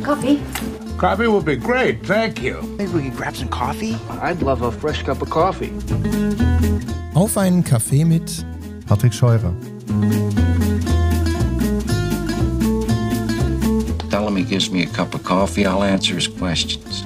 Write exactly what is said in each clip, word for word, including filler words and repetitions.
Coffee? Coffee would be great, thank you. Maybe we can grab some coffee? I'd love a fresh cup of coffee. Auf einen Kaffee mit Patrick Scheurer. Tell him he gives me a cup of coffee, I'll answer his questions.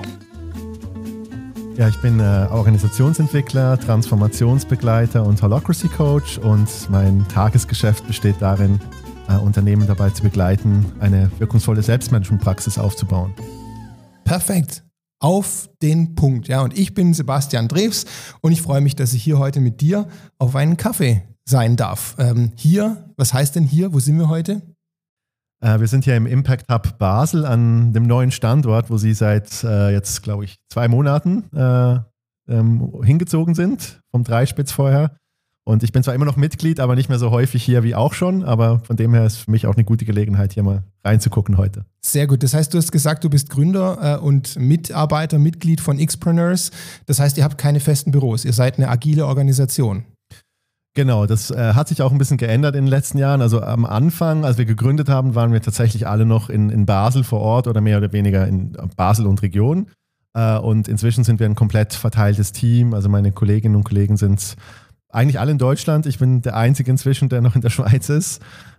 Ja, ich bin äh, Organisationsentwickler, Transformationsbegleiter und Holacracy Coach und mein Tagesgeschäft besteht darin, äh, Unternehmen dabei zu begleiten, eine wirkungsvolle Selbstmanagementpraxis aufzubauen. Perfekt. Auf den Punkt. Ja, und ich bin Sebastian Drews und ich freue mich, dass ich hier heute mit dir auf einen Kaffee sein darf. Ähm, hier, was heißt denn hier? Wo sind wir heute? Äh, wir sind hier im Impact Hub Basel an dem neuen Standort, wo Sie seit äh, jetzt, glaube ich, zwei Monaten äh, ähm, hingezogen sind, vom Dreispitz vorher. Und ich bin zwar immer noch Mitglied, aber nicht mehr so häufig hier wie auch schon, aber von dem her ist für mich auch eine gute Gelegenheit, hier mal reinzugucken heute. Sehr gut. Das heißt, du hast gesagt, du bist Gründer äh, und Mitarbeiter, Mitglied von Xpreneurs. Das heißt, ihr habt keine festen Büros. Ihr seid eine agile Organisation. Genau, das äh, hat sich auch ein bisschen geändert in den letzten Jahren. Also am Anfang, als wir gegründet haben, waren wir tatsächlich alle noch in, in Basel vor Ort oder mehr oder weniger in Basel und Region. Äh, und inzwischen sind wir ein komplett verteiltes Team. Also meine Kolleginnen und Kollegen sind eigentlich alle in Deutschland. Ich bin der Einzige inzwischen, der noch in der Schweiz ist.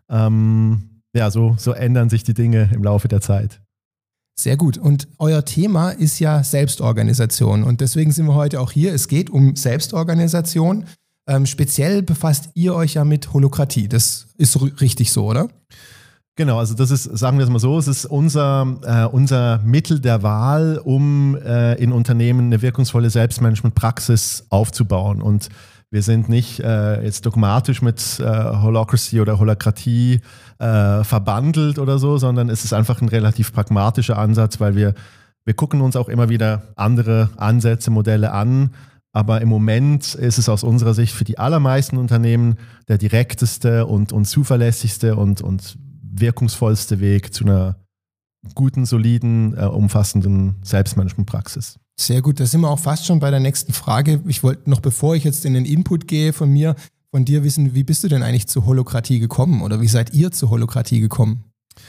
Ähm, ja, so, so ändern sich die Dinge im Laufe der Zeit. Sehr gut. Und euer Thema ist ja Selbstorganisation. Und deswegen sind wir heute auch hier. Es geht um Selbstorganisation. Ähm, speziell befasst ihr euch ja mit Holokratie. Das ist r- richtig so, oder? Genau, also das ist, sagen wir es mal so, es ist unser, äh, unser Mittel der Wahl, um äh, in Unternehmen eine wirkungsvolle Selbstmanagementpraxis aufzubauen. Und wir sind nicht äh, jetzt dogmatisch mit äh, Holacracy oder Holokratie äh, verbandelt oder so, sondern es ist einfach ein relativ pragmatischer Ansatz, weil wir, wir gucken uns auch immer wieder andere Ansätze, Modelle an. Aber im Moment ist es aus unserer Sicht für die allermeisten Unternehmen der direkteste und, und zuverlässigste und, und wirkungsvollste Weg zu einer guten, soliden, äh, umfassenden Selbstmanagementpraxis. Sehr gut, da sind wir auch fast schon bei der nächsten Frage. Ich wollte noch, bevor ich jetzt in den Input gehe von mir, von dir wissen, wie bist du denn eigentlich zur Holokratie gekommen oder wie seid ihr zur Holokratie gekommen?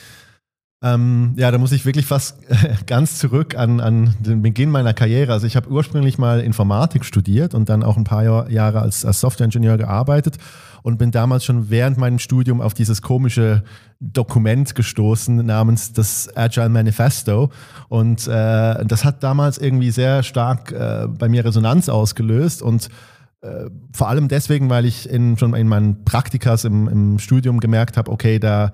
Ähm, ja, da muss ich wirklich fast ganz zurück an, an den Beginn meiner Karriere. Also ich habe ursprünglich mal Informatik studiert und dann auch ein paar Jahr, Jahre als, als Softwareingenieur gearbeitet und bin damals schon während meinem Studium auf dieses komische Dokument gestoßen namens das Agile Manifesto und äh, das hat damals irgendwie sehr stark äh, bei mir Resonanz ausgelöst und äh, vor allem deswegen, weil ich in, schon in meinen Praktikas im, im Studium gemerkt habe, okay, da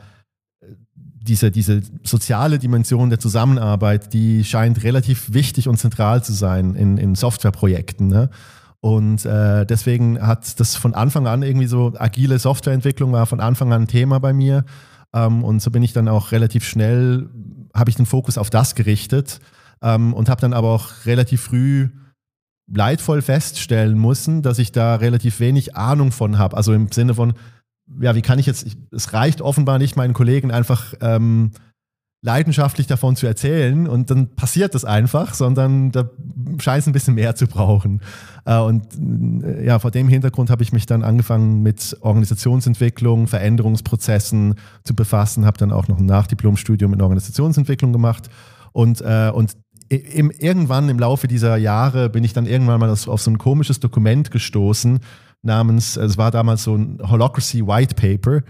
Diese, diese soziale Dimension der Zusammenarbeit, die scheint relativ wichtig und zentral zu sein in, in Softwareprojekten. Ne? Und äh, deswegen hat das von Anfang an irgendwie so, agile Softwareentwicklung war von Anfang an ein Thema bei mir. Ähm, und so bin ich dann auch relativ schnell, habe ich den Fokus auf das gerichtet ähm, und habe dann aber auch relativ früh leidvoll feststellen müssen, dass ich da relativ wenig Ahnung von habe. Also im Sinne von, ja, wie kann ich jetzt, ich, es reicht offenbar nicht, meinen Kollegen einfach ähm, leidenschaftlich davon zu erzählen und dann passiert das einfach, sondern da scheint es ein bisschen mehr zu brauchen. Äh, und äh, ja, vor dem Hintergrund habe ich mich dann angefangen mit Organisationsentwicklung, Veränderungsprozessen zu befassen, habe dann auch noch ein Nachdiplomstudium in Organisationsentwicklung gemacht und, äh, und im, irgendwann im Laufe dieser Jahre bin ich dann irgendwann mal auf, auf so ein komisches Dokument gestoßen, namens, es war damals so ein Holacracy White Paper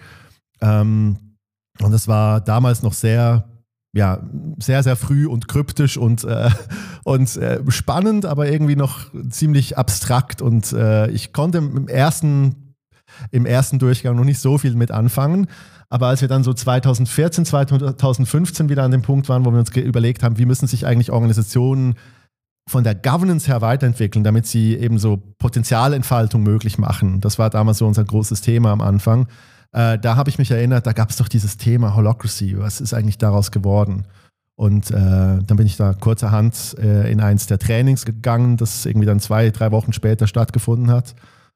ähm, und das war damals noch sehr, ja, sehr, sehr früh und kryptisch und, äh, und äh, spannend, aber irgendwie noch ziemlich abstrakt und äh, ich konnte im ersten, im ersten Durchgang noch nicht so viel mit anfangen, aber als wir dann so zweitausendvierzehn, zweitausendfünfzehn wieder an dem Punkt waren, wo wir uns ge- überlegt haben, wie müssen sich eigentlich Organisationen von der Governance her weiterentwickeln, damit sie eben so Potenzialentfaltung möglich machen. Das war damals so unser großes Thema am Anfang. Äh, da habe ich mich erinnert, da gab es doch dieses Thema Holacracy. Was ist eigentlich daraus geworden? Und äh, dann bin ich da kurzerhand äh, in eins der Trainings gegangen, das irgendwie dann zwei, drei Wochen später stattgefunden hat.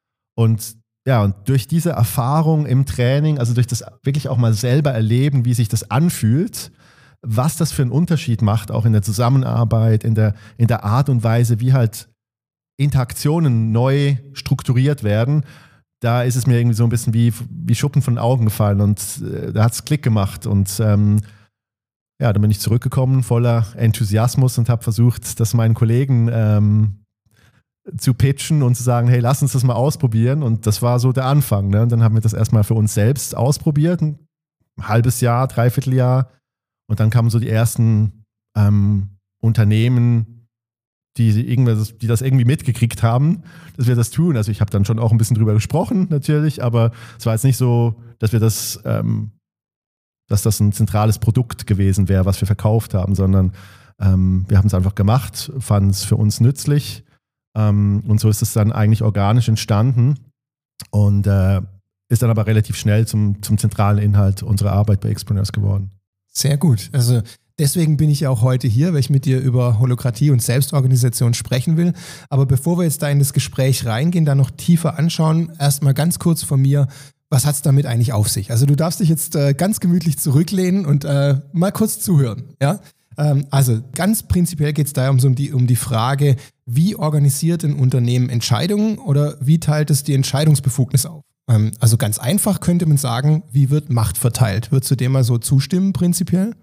Und ja, und durch diese Erfahrung im Training, also durch das wirklich auch mal selber erleben, wie sich das anfühlt, was das für einen Unterschied macht, auch in der Zusammenarbeit, in der, in der Art und Weise, wie halt Interaktionen neu strukturiert werden, da ist es mir irgendwie so ein bisschen wie, wie Schuppen von den Augen gefallen und äh, da hat es Klick gemacht und ähm, ja, dann bin ich zurückgekommen voller Enthusiasmus und habe versucht, das meinen Kollegen ähm, zu pitchen und zu sagen, hey, lass uns das mal ausprobieren. Und das war so der Anfang. Ne? Und dann haben wir das erstmal für uns selbst ausprobiert, ein halbes Jahr, dreiviertel Jahr. Und dann kamen so die ersten ähm, Unternehmen, die, irgendwas, die das irgendwie mitgekriegt haben, dass wir das tun. Also ich habe dann schon auch ein bisschen drüber gesprochen, natürlich, aber es war jetzt nicht so, dass wir das, ähm, dass das ein zentrales Produkt gewesen wäre, was wir verkauft haben, sondern ähm, wir haben es einfach gemacht, fanden es für uns nützlich ähm, und so ist es dann eigentlich organisch entstanden und äh, ist dann aber relativ schnell zum, zum zentralen Inhalt unserer Arbeit bei Xpreneurs geworden. Sehr gut. Also deswegen bin ich ja auch heute hier, weil ich mit dir über Holokratie und Selbstorganisation sprechen will. Aber bevor wir jetzt da in das Gespräch reingehen, da noch tiefer anschauen, erstmal ganz kurz von mir, was hat es damit eigentlich auf sich? Also du darfst dich jetzt äh, ganz gemütlich zurücklehnen und äh, mal kurz zuhören. Ja? Ähm, also ganz prinzipiell geht es da um, so um, die, um die Frage, wie organisiert ein Unternehmen Entscheidungen oder wie teilt es die Entscheidungsbefugnis auf? Ähm, also ganz einfach könnte man sagen, wie wird Macht verteilt? Würdest du dem mal so zustimmen prinzipiell?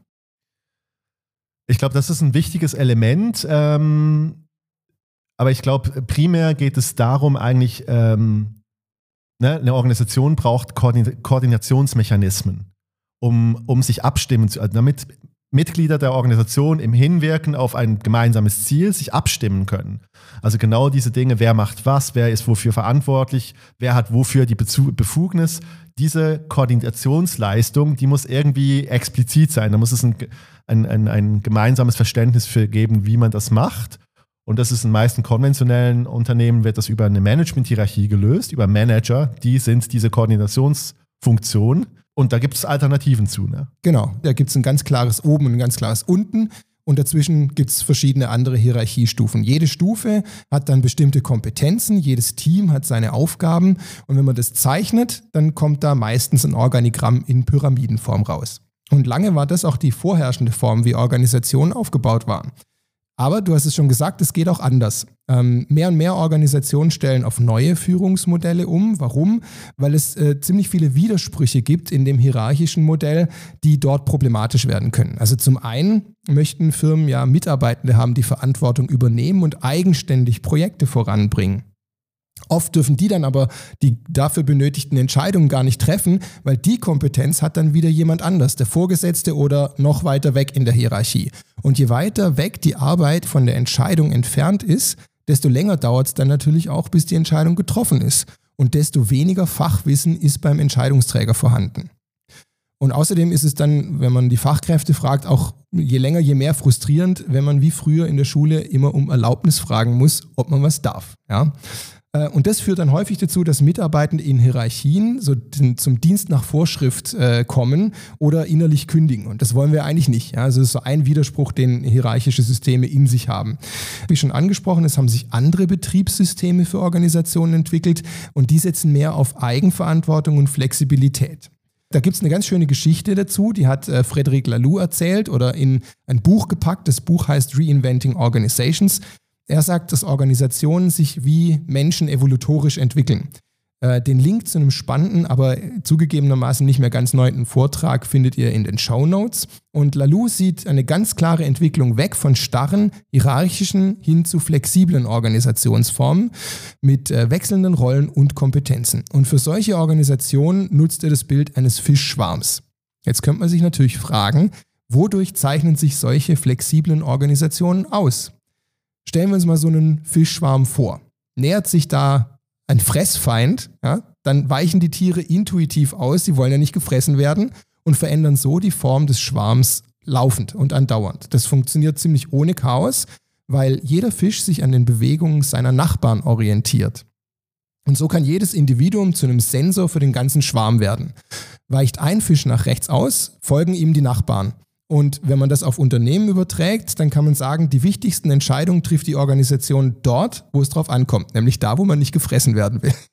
Ich glaube, das ist ein wichtiges Element, ähm, aber ich glaube, primär geht es darum eigentlich, ähm, ne, eine Organisation braucht Koordin- Koordinationsmechanismen, um, um sich abstimmen zu, also damit Mitglieder der Organisation im Hinwirken auf ein gemeinsames Ziel sich abstimmen können. Also genau diese Dinge, wer macht was, wer ist wofür verantwortlich, wer hat wofür die Bezu- Befugnis. Diese Koordinationsleistung, die muss irgendwie explizit sein. Da muss es ein, ein, ein, ein gemeinsames Verständnis für geben, wie man das macht. Und das ist in den meisten konventionellen Unternehmen, wird das über eine Management-Hierarchie gelöst, über Manager, die sind diese Koordinationsfunktion. Und da gibt es Alternativen zu. Ne? Genau, da gibt es ein ganz klares Oben und ein ganz klares Unten. Und dazwischen gibt es verschiedene andere Hierarchiestufen. Jede Stufe hat dann bestimmte Kompetenzen, jedes Team hat seine Aufgaben. Und wenn man das zeichnet, dann kommt da meistens ein Organigramm in Pyramidenform raus. Und lange war das auch die vorherrschende Form, wie Organisationen aufgebaut waren. Aber du hast es schon gesagt, es geht auch anders. Ähm, mehr und mehr Organisationen stellen auf neue Führungsmodelle um. Warum? Weil es äh, ziemlich viele Widersprüche gibt in dem hierarchischen Modell, die dort problematisch werden können. Also zum einen möchten Firmen ja Mitarbeitende haben, die Verantwortung übernehmen und eigenständig Projekte voranbringen. Oft dürfen die dann aber die dafür benötigten Entscheidungen gar nicht treffen, weil die Kompetenz hat dann wieder jemand anders, der Vorgesetzte oder noch weiter weg in der Hierarchie. Und je weiter weg die Arbeit von der Entscheidung entfernt ist, desto länger dauert es dann natürlich auch, bis die Entscheidung getroffen ist. Und desto weniger Fachwissen ist beim Entscheidungsträger vorhanden. Und außerdem ist es dann, wenn man die Fachkräfte fragt, auch je länger, je mehr frustrierend, wenn man wie früher in der Schule immer um Erlaubnis fragen muss, ob man was darf. Ja? Und das führt dann häufig dazu, dass Mitarbeitende in Hierarchien so zum Dienst nach Vorschrift äh, kommen oder innerlich kündigen. Und das wollen wir eigentlich nicht. Ja? Also das ist so ein Widerspruch, den hierarchische Systeme in sich haben. Wie schon angesprochen, es haben sich andere Betriebssysteme für Organisationen entwickelt und die setzen mehr auf Eigenverantwortung und Flexibilität. Da gibt es eine ganz schöne Geschichte dazu, die hat äh, Frederic Laloux erzählt oder in ein Buch gepackt. Das Buch heißt Reinventing Organizations. Er sagt, dass Organisationen sich wie Menschen evolutorisch entwickeln. Äh, den Link zu einem spannenden, aber zugegebenermaßen nicht mehr ganz neuen Vortrag findet ihr in den Shownotes. Und Laloux sieht eine ganz klare Entwicklung weg von starren, hierarchischen hin zu flexiblen Organisationsformen mit äh, wechselnden Rollen und Kompetenzen. Und für solche Organisationen nutzt er das Bild eines Fischschwarms. Jetzt könnte man sich natürlich fragen, wodurch zeichnen sich solche flexiblen Organisationen aus? Stellen wir uns mal so einen Fischschwarm vor. Nähert sich da ein Fressfeind, ja, dann weichen die Tiere intuitiv aus, sie wollen ja nicht gefressen werden und verändern so die Form des Schwarms laufend und andauernd. Das funktioniert ziemlich ohne Chaos, weil jeder Fisch sich an den Bewegungen seiner Nachbarn orientiert. Und so kann jedes Individuum zu einem Sensor für den ganzen Schwarm werden. Weicht ein Fisch nach rechts aus, folgen ihm die Nachbarn. Und wenn man das auf Unternehmen überträgt, dann kann man sagen, die wichtigsten Entscheidungen trifft die Organisation dort, wo es drauf ankommt, nämlich da, wo man nicht gefressen werden will.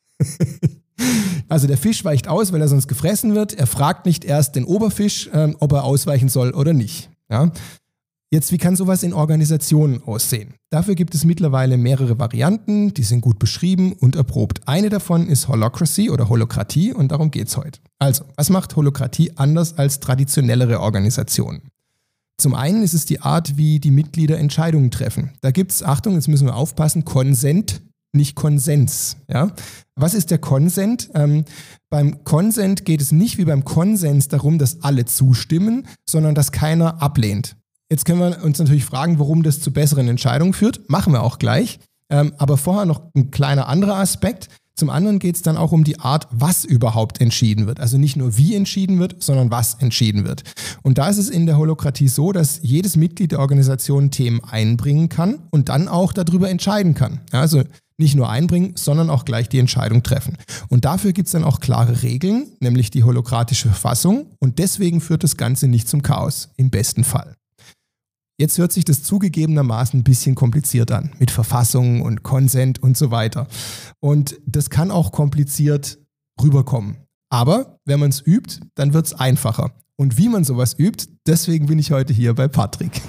Also der Fisch weicht aus, weil er sonst gefressen wird. Er fragt nicht erst den Oberfisch, ähm, ob er ausweichen soll oder nicht. Ja? Jetzt, wie kann sowas in Organisationen aussehen? Dafür gibt es mittlerweile mehrere Varianten, die sind gut beschrieben und erprobt. Eine davon ist Holacracy oder Holokratie und darum geht es heute. Also, was macht Holokratie anders als traditionellere Organisationen? Zum einen ist es die Art, wie die Mitglieder Entscheidungen treffen. Da gibt es, Achtung, jetzt müssen wir aufpassen, Konsent, nicht Konsens. Ja? Was ist der Konsent? Ähm, beim Konsent geht es nicht wie beim Konsens darum, dass alle zustimmen, sondern dass keiner ablehnt. Jetzt können wir uns natürlich fragen, warum das zu besseren Entscheidungen führt. Machen wir auch gleich. Ähm, aber vorher noch ein kleiner anderer Aspekt. Zum anderen geht es dann auch um die Art, was überhaupt entschieden wird. Also nicht nur wie entschieden wird, sondern was entschieden wird. Und da ist es in der Holokratie so, dass jedes Mitglied der Organisation Themen einbringen kann und dann auch darüber entscheiden kann. Ja, also nicht nur einbringen, sondern auch gleich die Entscheidung treffen. Und dafür gibt es dann auch klare Regeln, nämlich die holokratische Verfassung. Und deswegen führt das Ganze nicht zum Chaos, im besten Fall. Jetzt hört sich das zugegebenermaßen ein bisschen kompliziert an, mit Verfassung und Konsent und so weiter. Und das kann auch kompliziert rüberkommen. Aber wenn man es übt, dann wird es einfacher. Und wie man sowas übt, deswegen bin ich heute hier bei Patrick.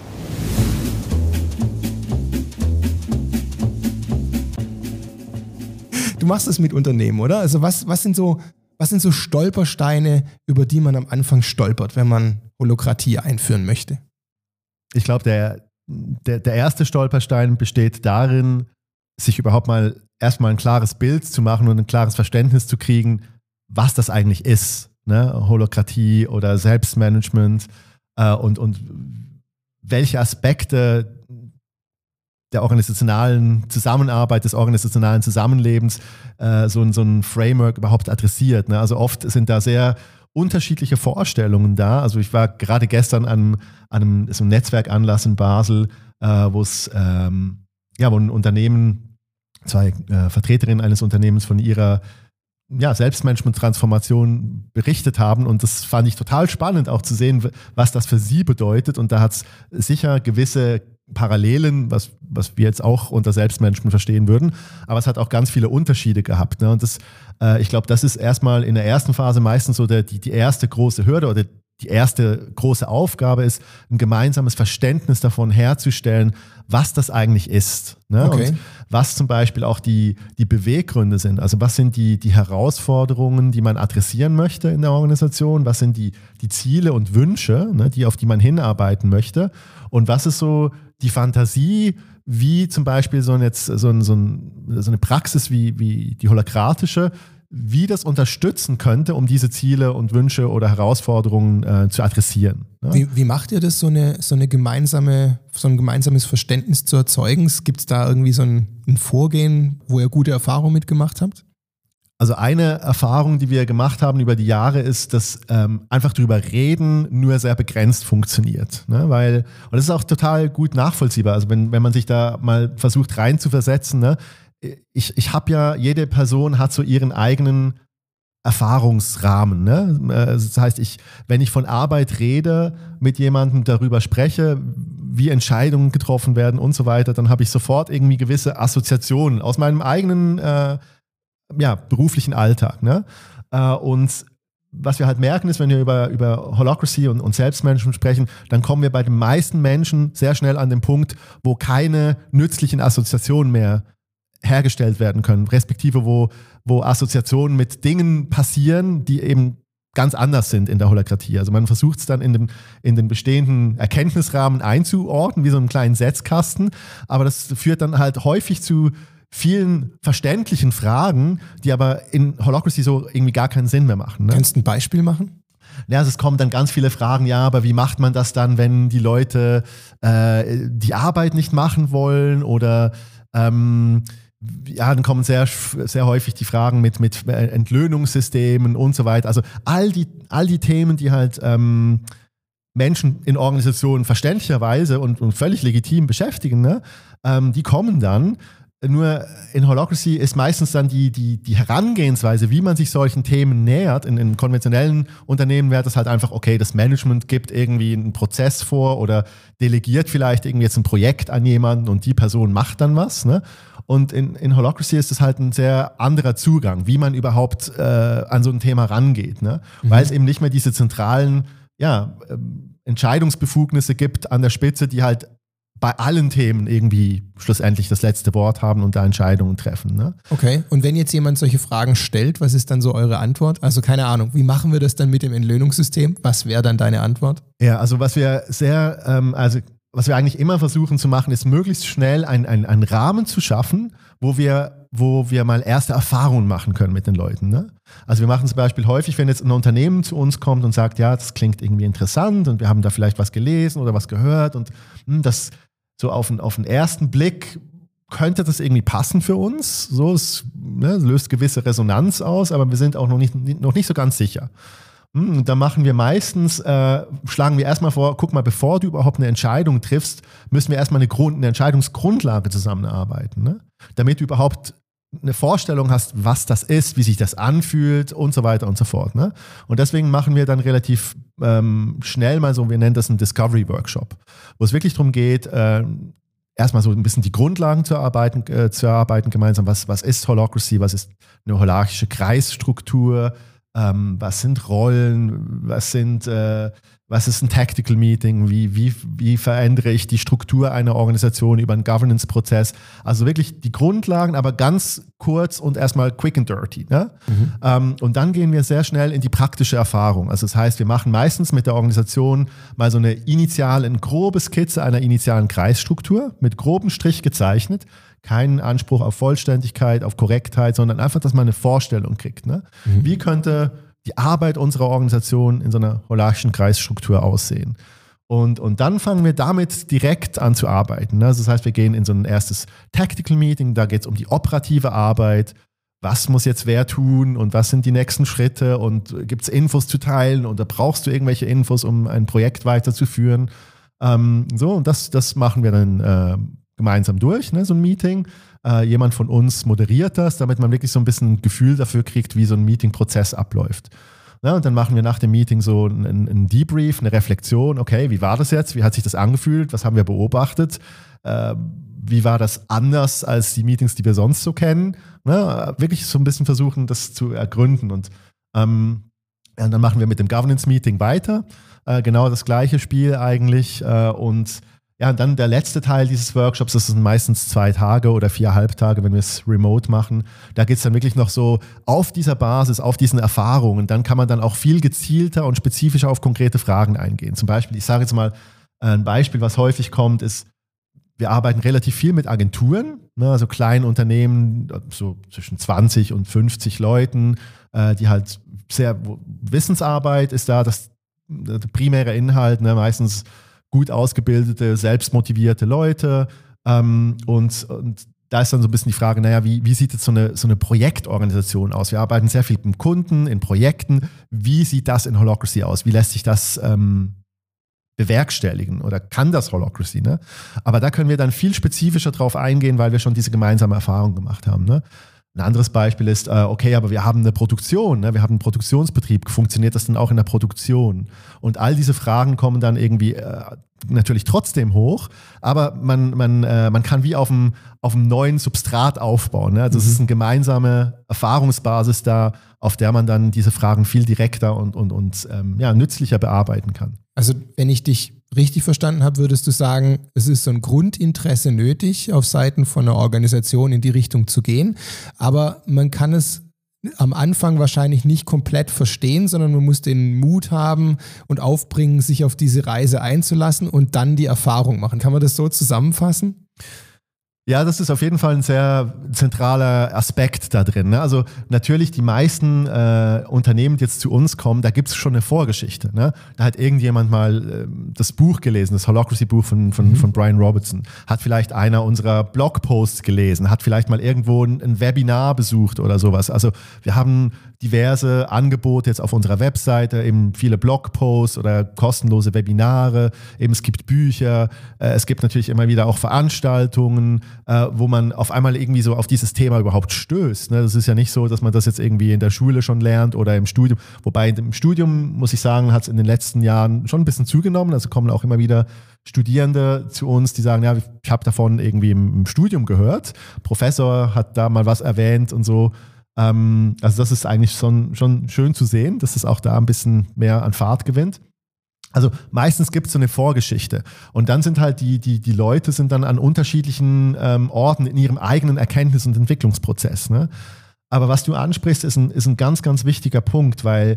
Du machst es mit Unternehmen, oder? Also was, was sind so, was sind so Stolpersteine, über die man am Anfang stolpert, wenn man Holokratie einführen möchte? Ich glaube, der, der, der erste Stolperstein besteht darin, sich überhaupt mal erstmal ein klares Bild zu machen und ein klares Verständnis zu kriegen, was das eigentlich ist. Ne? Holokratie oder Selbstmanagement äh, und, und welche Aspekte der organisationalen Zusammenarbeit, des organisationalen Zusammenlebens äh, so, so ein Framework überhaupt adressiert. Ne? Also oft sind da sehr unterschiedliche Vorstellungen da. Also ich war gerade gestern an, an einem, so einem Netzwerkanlass in Basel, äh, wo es ähm, ja, wo ein Unternehmen, zwei äh, Vertreterinnen eines Unternehmens von ihrer ja, Selbstmanagement-Transformation berichtet haben, und das fand ich total spannend, auch zu sehen, was das für sie bedeutet. Und da hat es sicher gewisse Parallelen, was, was wir jetzt auch unter Selbstmanagement verstehen würden, aber es hat auch ganz viele Unterschiede gehabt. Ne? Und das, äh, ich glaube, das ist erstmal in der ersten Phase meistens so der, die, die erste große Hürde oder die erste große Aufgabe ist, ein gemeinsames Verständnis davon herzustellen, was das eigentlich ist. Ne? Okay. Und was zum Beispiel auch die, die Beweggründe sind. Also was sind die, die Herausforderungen, die man adressieren möchte in der Organisation? Was sind die, die Ziele und Wünsche, ne, die, auf die man hinarbeiten möchte? Und was ist so die Fantasie, wie zum Beispiel so, ein jetzt, so, ein, so, ein, so eine Praxis wie, wie die holokratische, wie das unterstützen könnte, um diese Ziele und Wünsche oder Herausforderungen äh, zu adressieren. Ne? Wie, wie macht ihr das, so, eine, so, eine gemeinsame, so ein gemeinsames Verständnis zu erzeugen? Gibt es da irgendwie so ein, ein Vorgehen, wo ihr gute Erfahrungen mitgemacht habt? Also eine Erfahrung, die wir gemacht haben über die Jahre, ist, dass ähm, einfach drüber reden nur sehr begrenzt funktioniert. Ne? Weil, und das ist auch total gut nachvollziehbar. Also wenn, wenn man sich da mal versucht reinzuversetzen, ne? ich, ich habe ja, jede Person hat so ihren eigenen Erfahrungsrahmen. Ne? Das heißt, ich, wenn ich von Arbeit rede, mit jemandem darüber spreche, wie Entscheidungen getroffen werden und so weiter, dann habe ich sofort irgendwie gewisse Assoziationen aus meinem eigenen äh, ja, beruflichen Alltag. Ne? Äh, und was wir halt merken ist, wenn wir über, über Holacracy und, und Selbstmanagement sprechen, dann kommen wir bei den meisten Menschen sehr schnell an den Punkt, wo keine nützlichen Assoziationen mehr hergestellt werden können, respektive wo, wo Assoziationen mit Dingen passieren, die eben ganz anders sind in der Holokratie. Also man versucht es dann in den, in den bestehenden Erkenntnisrahmen einzuordnen, wie so einen kleinen Setzkasten, aber das führt dann halt häufig zu vielen verständlichen Fragen, die aber in Holacracy so irgendwie gar keinen Sinn mehr machen. Ne? Kannst du ein Beispiel machen? Ja, also es kommen dann ganz viele Fragen, ja, aber wie macht man das dann, wenn die Leute äh, die Arbeit nicht machen wollen oder ähm, ja, dann kommen sehr, sehr häufig die Fragen mit, mit Entlöhnungssystemen und so weiter. Also all die, all die Themen, die halt ähm, Menschen in Organisationen verständlicherweise und, und völlig legitim beschäftigen, ne? ähm, die kommen dann. Nur in Holacracy ist meistens dann die, die, die Herangehensweise, wie man sich solchen Themen nähert. In, in konventionellen Unternehmen wäre das halt einfach, okay, das Management gibt irgendwie einen Prozess vor oder delegiert vielleicht irgendwie jetzt ein Projekt an jemanden und die Person macht dann was. Ne? Und in, in Holacracy ist es halt ein sehr anderer Zugang, wie man überhaupt äh, an so ein Thema rangeht. Ne? Mhm. Weil es eben nicht mehr diese zentralen ja, äh, Entscheidungsbefugnisse gibt an der Spitze, die halt bei allen Themen irgendwie schlussendlich das letzte Wort haben und da Entscheidungen treffen. Ne? Okay, und wenn jetzt jemand solche Fragen stellt, was ist dann so eure Antwort? Also keine Ahnung, wie machen wir das dann mit dem Entlöhnungssystem? Was wäre dann deine Antwort? Ja, also was wir sehr, ähm, also was wir eigentlich immer versuchen zu machen, ist möglichst schnell ein, ein, einen Rahmen zu schaffen, wo wir, wo wir mal erste Erfahrungen machen können mit den Leuten. Ne? Also wir machen zum Beispiel häufig, wenn jetzt ein Unternehmen zu uns kommt und sagt, ja, das klingt irgendwie interessant und wir haben da vielleicht was gelesen oder was gehört und hm, das so auf den, auf den ersten Blick könnte das irgendwie passen für uns. So, es ne, löst gewisse Resonanz aus, aber wir sind auch noch nicht, noch nicht so ganz sicher. Und da machen wir meistens, äh, schlagen wir erstmal vor, guck mal, bevor du überhaupt eine Entscheidung triffst, müssen wir erstmal eine, Grund, eine Entscheidungsgrundlage zusammenarbeiten, ne? Damit du überhaupt eine Vorstellung hast, was das ist, wie sich das anfühlt und so weiter und so fort. Ne? Und deswegen machen wir dann relativ ähm, schnell mal so, wir nennen das einen Discovery-Workshop, wo es wirklich darum geht, äh, erstmal so ein bisschen die Grundlagen zu erarbeiten, äh, zu erarbeiten gemeinsam, was, was ist Holacracy, was ist eine holarchische Kreisstruktur, ähm, was sind Rollen, was sind äh, was ist ein Tactical Meeting, wie, wie, wie verändere ich die Struktur einer Organisation über einen Governance-Prozess. Also wirklich die Grundlagen, aber ganz kurz und erstmal quick and dirty. Ne? Mhm. Ähm, und dann gehen wir sehr schnell in die praktische Erfahrung. Also das heißt, wir machen meistens mit der Organisation mal so eine initiale, eine grobe Skizze einer initialen Kreisstruktur mit grobem Strich gezeichnet. Keinen Anspruch auf Vollständigkeit, auf Korrektheit, sondern einfach, dass man eine Vorstellung kriegt. Ne? Mhm. Wie könnte die Arbeit unserer Organisation in so einer holarchischen Kreisstruktur aussehen? Und, und dann fangen wir damit direkt an zu arbeiten. Ne? Also das heißt, wir gehen in so ein erstes Tactical Meeting, da geht es um die operative Arbeit. Was muss jetzt wer tun und was sind die nächsten Schritte und gibt es Infos zu teilen oder brauchst du irgendwelche Infos, um ein Projekt weiterzuführen? Ähm, so, und das, das machen wir dann äh, gemeinsam durch, ne, so ein Meeting. Äh, jemand von uns moderiert das, damit man wirklich so ein bisschen ein Gefühl dafür kriegt, wie so ein Meeting-Prozess abläuft. Ja, und dann machen wir nach dem Meeting so einen, einen Debrief, eine Reflexion. Okay, wie war das jetzt? Wie hat sich das angefühlt? Was haben wir beobachtet? Äh, wie war das anders als die Meetings, die wir sonst so kennen? Ja, wirklich so ein bisschen versuchen, das zu ergründen. Und, ähm, ja, und dann machen wir mit dem Governance-Meeting weiter. Äh, genau das gleiche Spiel eigentlich. Äh, und Ja, und dann der letzte Teil dieses Workshops, das sind meistens zwei Tage oder vier Halbtage, wenn wir es remote machen. Da geht es dann wirklich noch so auf dieser Basis, auf diesen Erfahrungen. Dann kann man dann auch viel gezielter und spezifischer auf konkrete Fragen eingehen. Zum Beispiel, ich sage jetzt mal ein Beispiel, was häufig kommt, ist, wir arbeiten relativ viel mit Agenturen, ne, also kleinen Unternehmen, so zwischen zwanzig und fünfzig Leuten, äh, die halt sehr, Wissensarbeit ist da, das der primäre Inhalt, ne, meistens gut ausgebildete, selbstmotivierte Leute. Ähm, und, und da ist dann so ein bisschen die Frage, naja, wie, wie sieht jetzt so eine, so eine Projektorganisation aus? Wir arbeiten sehr viel mit Kunden, in Projekten. Wie sieht das in Holacracy aus? Wie lässt sich das ähm, bewerkstelligen oder kann das Holacracy? Ne? Aber da können wir dann viel spezifischer drauf eingehen, weil wir schon diese gemeinsame Erfahrung gemacht haben. Ne? Ein anderes Beispiel ist, äh, okay, aber wir haben eine Produktion, ne? Wir haben einen Produktionsbetrieb, funktioniert das denn auch in der Produktion? Und all diese Fragen kommen dann irgendwie äh, natürlich trotzdem hoch, aber man, man, äh, man kann wie auf einem, auf einem neuen Substrat aufbauen. Ne? Also mhm. es ist eine gemeinsame Erfahrungsbasis da, auf der man dann diese Fragen viel direkter und, und, und ähm, ja, nützlicher bearbeiten kann. Also wenn ich dich richtig verstanden habe, würdest du sagen, es ist so ein Grundinteresse nötig, auf Seiten von einer Organisation in die Richtung zu gehen, aber man kann es am Anfang wahrscheinlich nicht komplett verstehen, sondern man muss den Mut haben und aufbringen, sich auf diese Reise einzulassen und dann die Erfahrung machen. Kann man das so zusammenfassen? Ja, das ist auf jeden Fall ein sehr zentraler Aspekt da drin. Ne? Also natürlich die meisten äh, Unternehmen, die jetzt zu uns kommen, da gibt es schon eine Vorgeschichte. Ne? Da hat irgendjemand mal äh, das Buch gelesen, das Holacracy-Buch von, von, mhm. von Brian Robertson. Hat vielleicht einer unserer Blogposts gelesen, hat vielleicht mal irgendwo ein, ein Webinar besucht oder sowas. Also wir haben diverse Angebote jetzt auf unserer Webseite, eben viele Blogposts oder kostenlose Webinare, eben es gibt Bücher, äh, es gibt natürlich immer wieder auch Veranstaltungen, äh, wo man auf einmal irgendwie so auf dieses Thema überhaupt stößt. Ne? Das ist ja nicht so, dass man das jetzt irgendwie in der Schule schon lernt oder im Studium, wobei im Studium, muss ich sagen, hat es in den letzten Jahren schon ein bisschen zugenommen, also kommen auch immer wieder Studierende zu uns, die sagen, ja, ich habe davon irgendwie im, im Studium gehört, Professor hat da mal was erwähnt und so. Also das ist eigentlich schon, schon schön zu sehen, dass es auch da ein bisschen mehr an Fahrt gewinnt. Also meistens gibt es so eine Vorgeschichte und dann sind halt die, die, die Leute sind dann an unterschiedlichen ähm, Orten in ihrem eigenen Erkenntnis- und Entwicklungsprozess. Ne? Aber was du ansprichst, ist ein, ist ein ganz, ganz wichtiger Punkt, weil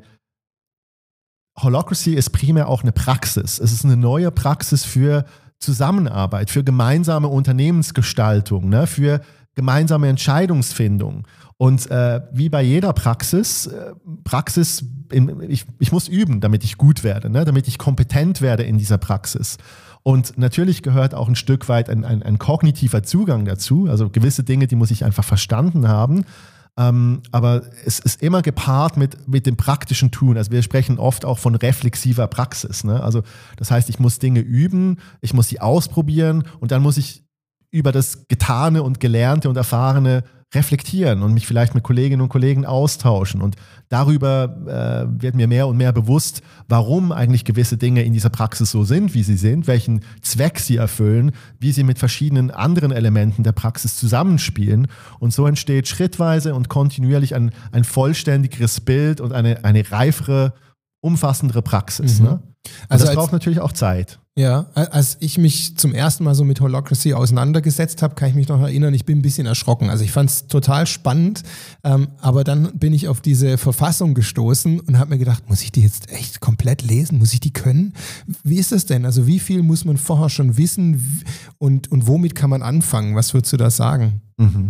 Holacracy ist primär auch eine Praxis. Es ist eine neue Praxis für Zusammenarbeit, für gemeinsame Unternehmensgestaltung, ne? Für gemeinsame Entscheidungsfindung. Und äh, wie bei jeder Praxis, äh, Praxis, in, ich, ich muss üben, damit ich gut werde, ne? Damit ich kompetent werde in dieser Praxis. Und natürlich gehört auch ein Stück weit ein, ein, ein kognitiver Zugang dazu, also gewisse Dinge, die muss ich einfach verstanden haben. Ähm, aber es ist immer gepaart mit, mit dem praktischen Tun. Also wir sprechen oft auch von reflexiver Praxis. Ne? Also das heißt, ich muss Dinge üben, ich muss sie ausprobieren und dann muss ich über das Getane und Gelernte und Erfahrene reflektieren und mich vielleicht mit Kolleginnen und Kollegen austauschen. Und darüber äh, wird mir mehr und mehr bewusst, warum eigentlich gewisse Dinge in dieser Praxis so sind, wie sie sind, welchen Zweck sie erfüllen, wie sie mit verschiedenen anderen Elementen der Praxis zusammenspielen. Und so entsteht schrittweise und kontinuierlich ein, ein vollständigeres Bild und eine, eine reifere, umfassendere Praxis. Mhm. Ne? Also das braucht natürlich auch Zeit. Ja, als ich mich zum ersten Mal so mit Holacracy auseinandergesetzt habe, kann ich mich noch erinnern, ich bin ein bisschen erschrocken. Also ich fand es total spannend, ähm, aber dann bin ich auf diese Verfassung gestoßen und habe mir gedacht, muss ich die jetzt echt komplett lesen? Muss ich die können? Wie ist das denn? Also wie viel muss man vorher schon wissen und, und womit kann man anfangen? Was würdest du da sagen? Mhm.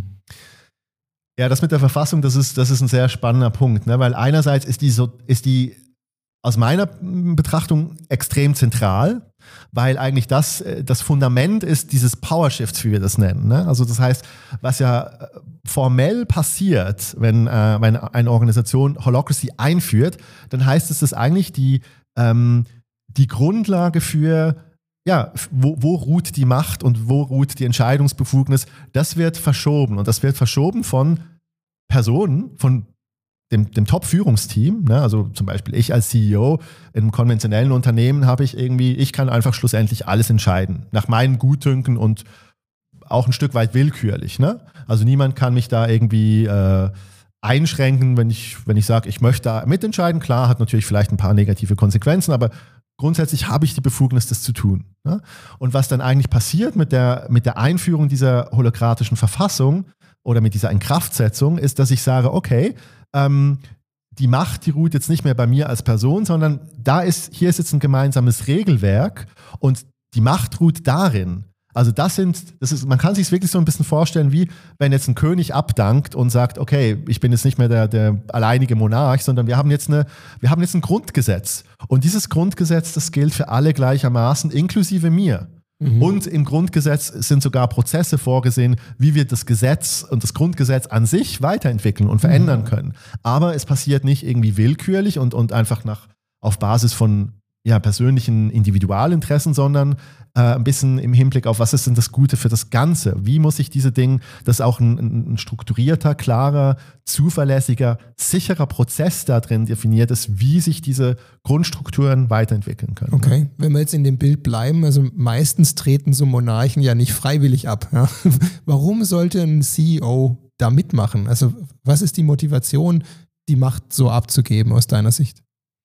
Ja, das mit der Verfassung, das ist, das ist ein sehr spannender Punkt, ne? Weil einerseits ist die, so, ist die aus meiner Betrachtung extrem zentral, weil eigentlich das das Fundament ist dieses Power-Shifts, wie wir das nennen. Ne? Also das heißt, was ja formell passiert, wenn, äh, wenn eine Organisation Holacracy einführt, dann heißt es, dass eigentlich die, ähm, die Grundlage für, ja, wo, wo ruht die Macht und wo ruht die Entscheidungsbefugnis, das wird verschoben. Und das wird verschoben von Personen, von dem, dem Top-Führungsteam, ne? Also zum Beispiel ich als C E O in einem konventionellen Unternehmen habe ich irgendwie, ich kann einfach schlussendlich alles entscheiden, nach meinem Gutdünken und auch ein Stück weit willkürlich. Ne? Also niemand kann mich da irgendwie äh, einschränken, wenn ich, wenn ich sage, ich möchte da mitentscheiden. Klar, hat natürlich vielleicht ein paar negative Konsequenzen, aber grundsätzlich habe ich die Befugnis, das zu tun. Ne? Und was dann eigentlich passiert mit der, mit der Einführung dieser holokratischen Verfassung oder mit dieser Inkraftsetzung, ist, dass ich sage, okay, ähm, die Macht, die ruht jetzt nicht mehr bei mir als Person, sondern da ist, hier ist jetzt ein gemeinsames Regelwerk und die Macht ruht darin. Also das sind, das ist, man kann sich es wirklich so ein bisschen vorstellen, wie wenn jetzt ein König abdankt und sagt, okay, ich bin jetzt nicht mehr der, der alleinige Monarch, sondern wir haben jetzt eine, wir haben jetzt ein Grundgesetz. Und dieses Grundgesetz, das gilt für alle gleichermaßen, inklusive mir. Mhm. Und im Grundgesetz sind sogar Prozesse vorgesehen, wie wir das Gesetz und das Grundgesetz an sich weiterentwickeln und verändern mhm. können. Aber es passiert nicht irgendwie willkürlich und, und einfach nach, auf Basis von ja, persönlichen Individualinteressen, sondern äh, ein bisschen im Hinblick auf, was ist denn das Gute für das Ganze? Wie muss ich diese Dinge, dass auch ein, ein strukturierter, klarer, zuverlässiger, sicherer Prozess da drin definiert ist, wie sich diese Grundstrukturen weiterentwickeln können. Okay, wenn wir jetzt in dem Bild bleiben, also meistens treten so Monarchen ja nicht freiwillig ab. Ja? Warum sollte ein C E O da mitmachen? Also was ist die Motivation, die Macht so abzugeben aus deiner Sicht?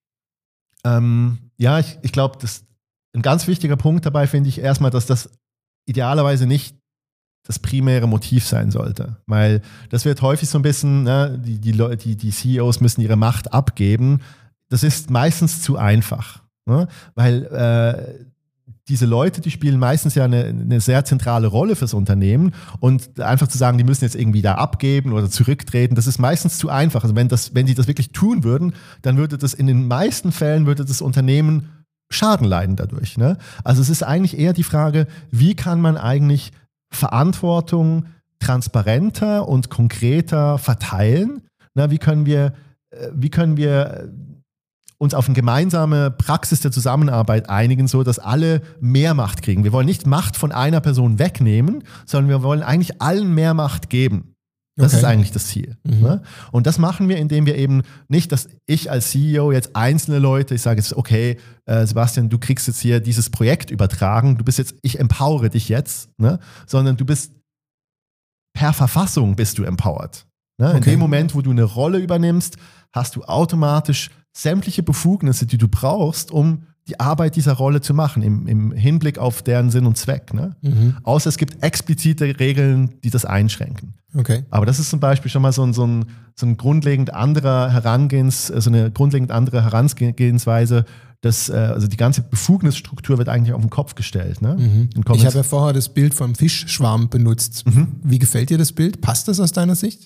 Ähm, ja, ich, ich glaube, ein ganz wichtiger Punkt dabei finde ich erstmal, dass das idealerweise nicht das primäre Motiv sein sollte. Weil das wird häufig so ein bisschen, ne, die, die, die, die C E Os müssen ihre Macht abgeben. Das ist meistens zu einfach. Ne? Weil äh, diese Leute, die spielen meistens ja eine, eine sehr zentrale Rolle fürs Unternehmen und einfach zu sagen, die müssen jetzt irgendwie da abgeben oder zurücktreten, das ist meistens zu einfach. Also wenn, das, wenn die das wirklich tun würden, dann würde das in den meisten Fällen, würde das Unternehmen Schaden leiden dadurch. Ne? Also es ist eigentlich eher die Frage, wie kann man eigentlich Verantwortung transparenter und konkreter verteilen? Na, wie können wir, wie können wir uns auf eine gemeinsame Praxis der Zusammenarbeit einigen, so dass alle mehr Macht kriegen. Wir wollen nicht Macht von einer Person wegnehmen, sondern wir wollen eigentlich allen mehr Macht geben. Das okay. ist eigentlich das Ziel. Mhm. Ne? Und das machen wir, indem wir eben nicht, dass ich als C E O jetzt einzelne Leute, ich sage jetzt, okay, äh, Sebastian, du kriegst jetzt hier dieses Projekt übertragen, du bist jetzt, ich empowere dich jetzt, ne? Sondern du bist per Verfassung bist du empowered. Ne? Okay. In dem Moment, wo du eine Rolle übernimmst, hast du automatisch sämtliche Befugnisse, die du brauchst, um die Arbeit dieser Rolle zu machen, im, im Hinblick auf deren Sinn und Zweck. Ne? Mhm. Außer es gibt explizite Regeln, die das einschränken. Okay. Aber das ist zum Beispiel schon mal so ein, so ein, so ein grundlegend anderer Herangehens, so eine grundlegend andere Herangehensweise, dass, also die ganze Befugnisstruktur wird eigentlich auf den Kopf gestellt. Ne? Mhm. Ich habe ja vorher das Bild vom Fischschwarm benutzt. Mhm. Wie gefällt dir das Bild? Passt das aus deiner Sicht?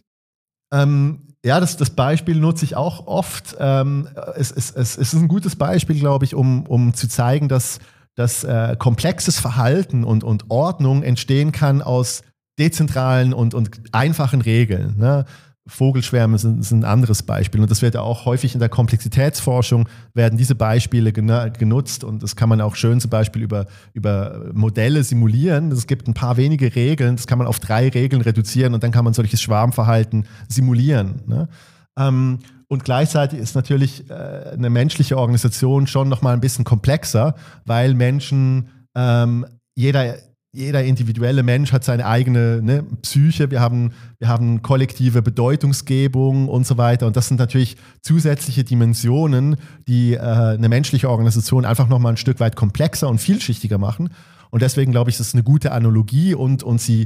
Ähm, ja, das, das Beispiel nutze ich auch oft. Ähm, es, es, es, es ist ein gutes Beispiel, glaube ich, um, um zu zeigen, dass, dass äh, komplexes Verhalten und, und Ordnung entstehen kann aus dezentralen und, und einfachen Regeln. Ne? Vogelschwärme sind, sind ein anderes Beispiel und das wird ja auch häufig in der Komplexitätsforschung werden diese Beispiele genutzt und das kann man auch schön zum Beispiel über, über Modelle simulieren. Es gibt ein paar wenige Regeln, das kann man auf drei Regeln reduzieren und dann kann man solches Schwarmverhalten simulieren. Ne? Ähm, und gleichzeitig ist natürlich äh, eine menschliche Organisation schon nochmal ein bisschen komplexer, weil Menschen, ähm, jeder Jeder individuelle Mensch hat seine eigene ne, Psyche, wir haben, wir haben kollektive Bedeutungsgebung und so weiter. Und das sind natürlich zusätzliche Dimensionen, die äh, eine menschliche Organisation einfach nochmal ein Stück weit komplexer und vielschichtiger machen. Und deswegen glaube ich, das ist eine gute Analogie und, und sie,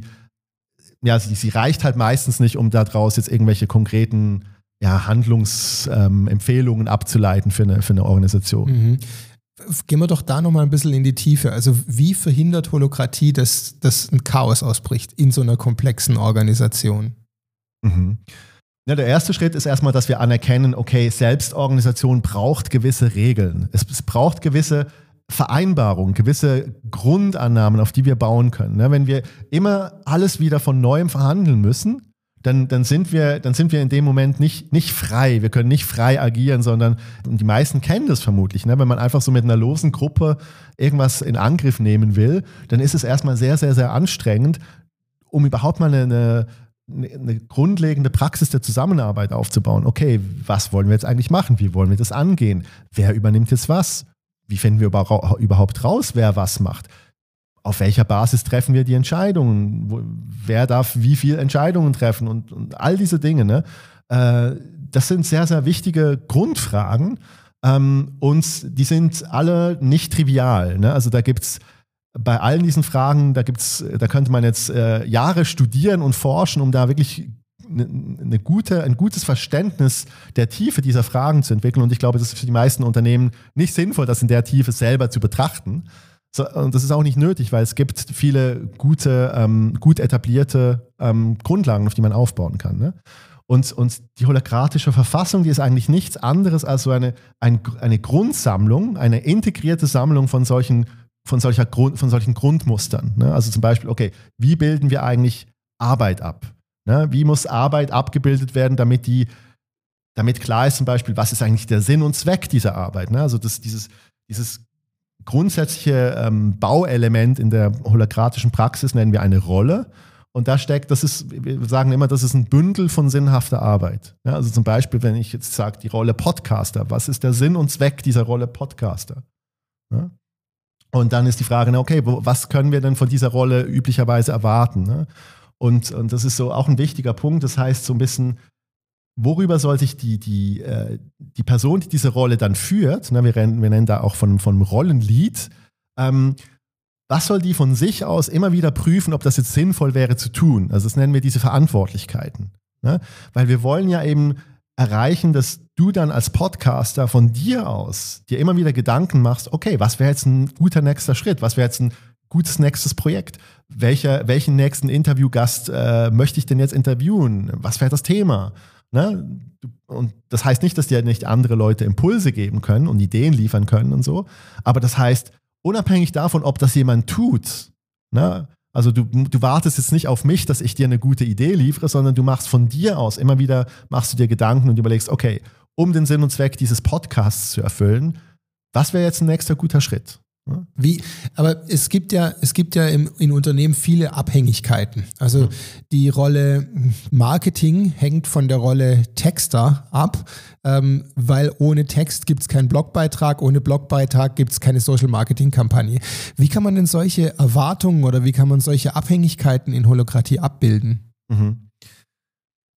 ja, sie, sie reicht halt meistens nicht, um daraus jetzt irgendwelche konkreten ja, Handlungsempfehlungen ähm, abzuleiten für eine, für eine Organisation. Mhm. Gehen wir doch da nochmal ein bisschen in die Tiefe. Also wie verhindert Holokratie, dass, dass ein Chaos ausbricht in so einer komplexen Organisation? Mhm. Ja, der erste Schritt ist erstmal, dass wir anerkennen, okay, Selbstorganisation braucht gewisse Regeln. Es, es braucht gewisse Vereinbarungen, gewisse Grundannahmen, auf die wir bauen können. Ne, wenn wir immer alles wieder von Neuem verhandeln müssen, Dann, dann, sind wir, dann sind wir in dem Moment nicht, nicht frei. Wir können nicht frei agieren, sondern und die meisten kennen das vermutlich. Ne? Wenn man einfach so mit einer losen Gruppe irgendwas in Angriff nehmen will, dann ist es erstmal sehr, sehr, sehr anstrengend, um überhaupt mal eine, eine, eine grundlegende Praxis der Zusammenarbeit aufzubauen. Okay, was wollen wir jetzt eigentlich machen? Wie wollen wir das angehen? Wer übernimmt jetzt was? Wie finden wir überhaupt raus, wer was macht? Auf welcher Basis treffen wir die Entscheidungen? Wer darf wie viele Entscheidungen treffen? Und, und all diese Dinge. Ne? Äh, das sind sehr, sehr wichtige Grundfragen. Ähm, und die sind alle nicht trivial. Ne? Also da gibt es bei allen diesen Fragen, da, gibt's, da könnte man jetzt äh, Jahre studieren und forschen, um da wirklich eine, eine gute, ein gutes Verständnis der Tiefe dieser Fragen zu entwickeln. Und ich glaube, das ist für die meisten Unternehmen nicht sinnvoll, das in der Tiefe selber zu betrachten. So, und das ist auch nicht nötig, weil es gibt viele gute, ähm, gut etablierte ähm, Grundlagen, auf die man aufbauen kann. Ne? Und, und die holokratische Verfassung, die ist eigentlich nichts anderes als so eine, ein, eine Grundsammlung, eine integrierte Sammlung von solchen, von solcher Grund, von solchen Grundmustern. Ne? Also zum Beispiel, okay, wie bilden wir eigentlich Arbeit ab? Ne? Wie muss Arbeit abgebildet werden, damit die, damit klar ist zum Beispiel, was ist eigentlich der Sinn und Zweck dieser Arbeit? Ne? Also das, dieses, dieses grundsätzliche ähm, Bauelement in der holokratischen Praxis nennen wir eine Rolle. Und da steckt, das ist, wir sagen immer, das ist ein Bündel von sinnhafter Arbeit. Ja, also zum Beispiel, wenn ich jetzt sage, die Rolle Podcaster, was ist der Sinn und Zweck dieser Rolle Podcaster? Ja? Und dann ist die Frage, okay, wo, was können wir denn von dieser Rolle üblicherweise erwarten? Ne? Und, und das ist so auch ein wichtiger Punkt. Das heißt so ein bisschen, worüber soll sich die, die, äh, die Person, die diese Rolle dann führt, ne, wir, rennen, wir nennen da auch von, von Rollenlied, ähm, was soll die von sich aus immer wieder prüfen, ob das jetzt sinnvoll wäre zu tun? Also das nennen wir diese Verantwortlichkeiten. Ne? Weil wir wollen ja eben erreichen, dass du dann als Podcaster von dir aus dir immer wieder Gedanken machst, okay, was wäre jetzt ein guter nächster Schritt? Was wäre jetzt ein gutes nächstes Projekt? Welcher, welchen nächsten Interviewgast äh, möchte ich denn jetzt interviewen? Was wäre das Thema? Ne? Und das heißt nicht, dass dir nicht andere Leute Impulse geben können und Ideen liefern können und so, aber das heißt, unabhängig davon, ob das jemand tut, ne? Also du, du wartest jetzt nicht auf mich, dass ich dir eine gute Idee liefere, sondern du machst von dir aus immer wieder, machst du dir Gedanken und überlegst, okay, um den Sinn und Zweck dieses Podcasts zu erfüllen, was wäre jetzt ein nächster guter Schritt? Wie, aber es gibt ja, es gibt ja im, in Unternehmen viele Abhängigkeiten. Also mhm. die Rolle Marketing hängt von der Rolle Texter ab, ähm, weil ohne Text gibt es keinen Blogbeitrag, ohne Blogbeitrag gibt es keine Social-Marketing-Kampagne. Wie kann man denn solche Erwartungen oder wie kann man solche Abhängigkeiten in Holokratie abbilden? Mhm.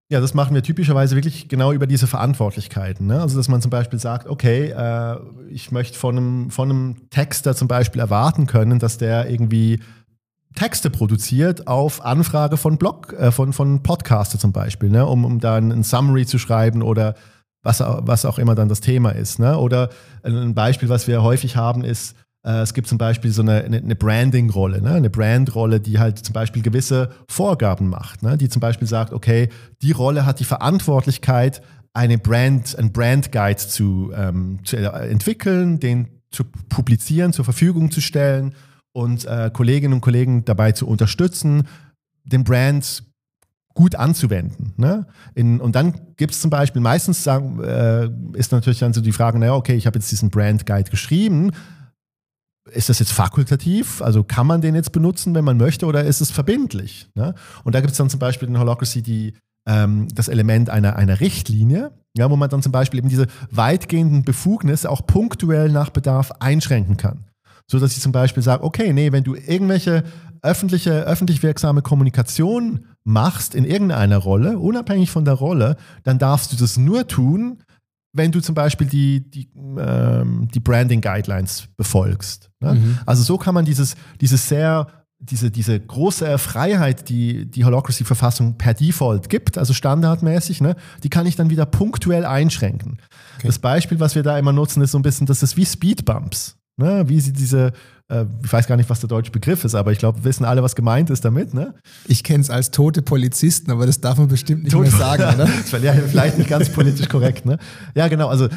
Ja, das machen wir typischerweise wirklich genau über diese Verantwortlichkeiten. Ne? Also, dass man zum Beispiel sagt, okay, äh, ich möchte von einem, von einem Texter zum Beispiel erwarten können, dass der irgendwie Texte produziert auf Anfrage von Blog, äh, von, von Podcaster zum Beispiel, ne? um, um da ein Summary zu schreiben oder was, was auch immer dann das Thema ist. Ne? Oder ein Beispiel, was wir häufig haben, ist, äh, es gibt zum Beispiel so eine, eine, eine Branding-Rolle, ne? eine Brand-Rolle, die halt zum Beispiel gewisse Vorgaben macht, ne? Die zum Beispiel sagt, okay, die Rolle hat die Verantwortlichkeit, eine Brand, ein Brand-Guide zu, ähm, zu entwickeln, den zu publizieren, zur Verfügung zu stellen und äh, Kolleginnen und Kollegen dabei zu unterstützen, den Brand gut anzuwenden. Ne? In, und dann gibt es zum Beispiel, meistens sagen, äh, ist natürlich dann so die Frage, naja, okay, ich habe jetzt diesen Brand Guide geschrieben, ist das jetzt fakultativ? Also kann man den jetzt benutzen, wenn man möchte, oder ist es verbindlich? Ne? Und da gibt es dann zum Beispiel in Holacracy die, ähm, das Element einer, einer Richtlinie, ja, wo man dann zum Beispiel eben diese weitgehenden Befugnisse auch punktuell nach Bedarf einschränken kann. So dass ich zum Beispiel sage, okay, nee, wenn du irgendwelche öffentliche, öffentlich wirksame Kommunikation machst in irgendeiner Rolle, unabhängig von der Rolle, dann darfst du das nur tun, wenn du zum Beispiel die, die, ähm, die Branding-Guidelines befolgst. Ne? Mhm. Also so kann man dieses, dieses sehr, diese, diese große Freiheit, die die Holacracy-Verfassung per Default gibt, also standardmäßig, ne, die kann ich dann wieder punktuell einschränken. Okay. Das Beispiel, was wir da immer nutzen, ist so ein bisschen, das ist wie Speedbumps. Ne, wie sie diese, äh, ich weiß gar nicht, was der deutsche Begriff ist, aber ich glaube, wir wissen alle, was gemeint ist damit. Ne? Ich kenne es als tote Polizisten, aber das darf man bestimmt nicht Tote, mehr sagen, oder? Das wäre ja vielleicht nicht ganz politisch korrekt. Ne? Ja, genau, also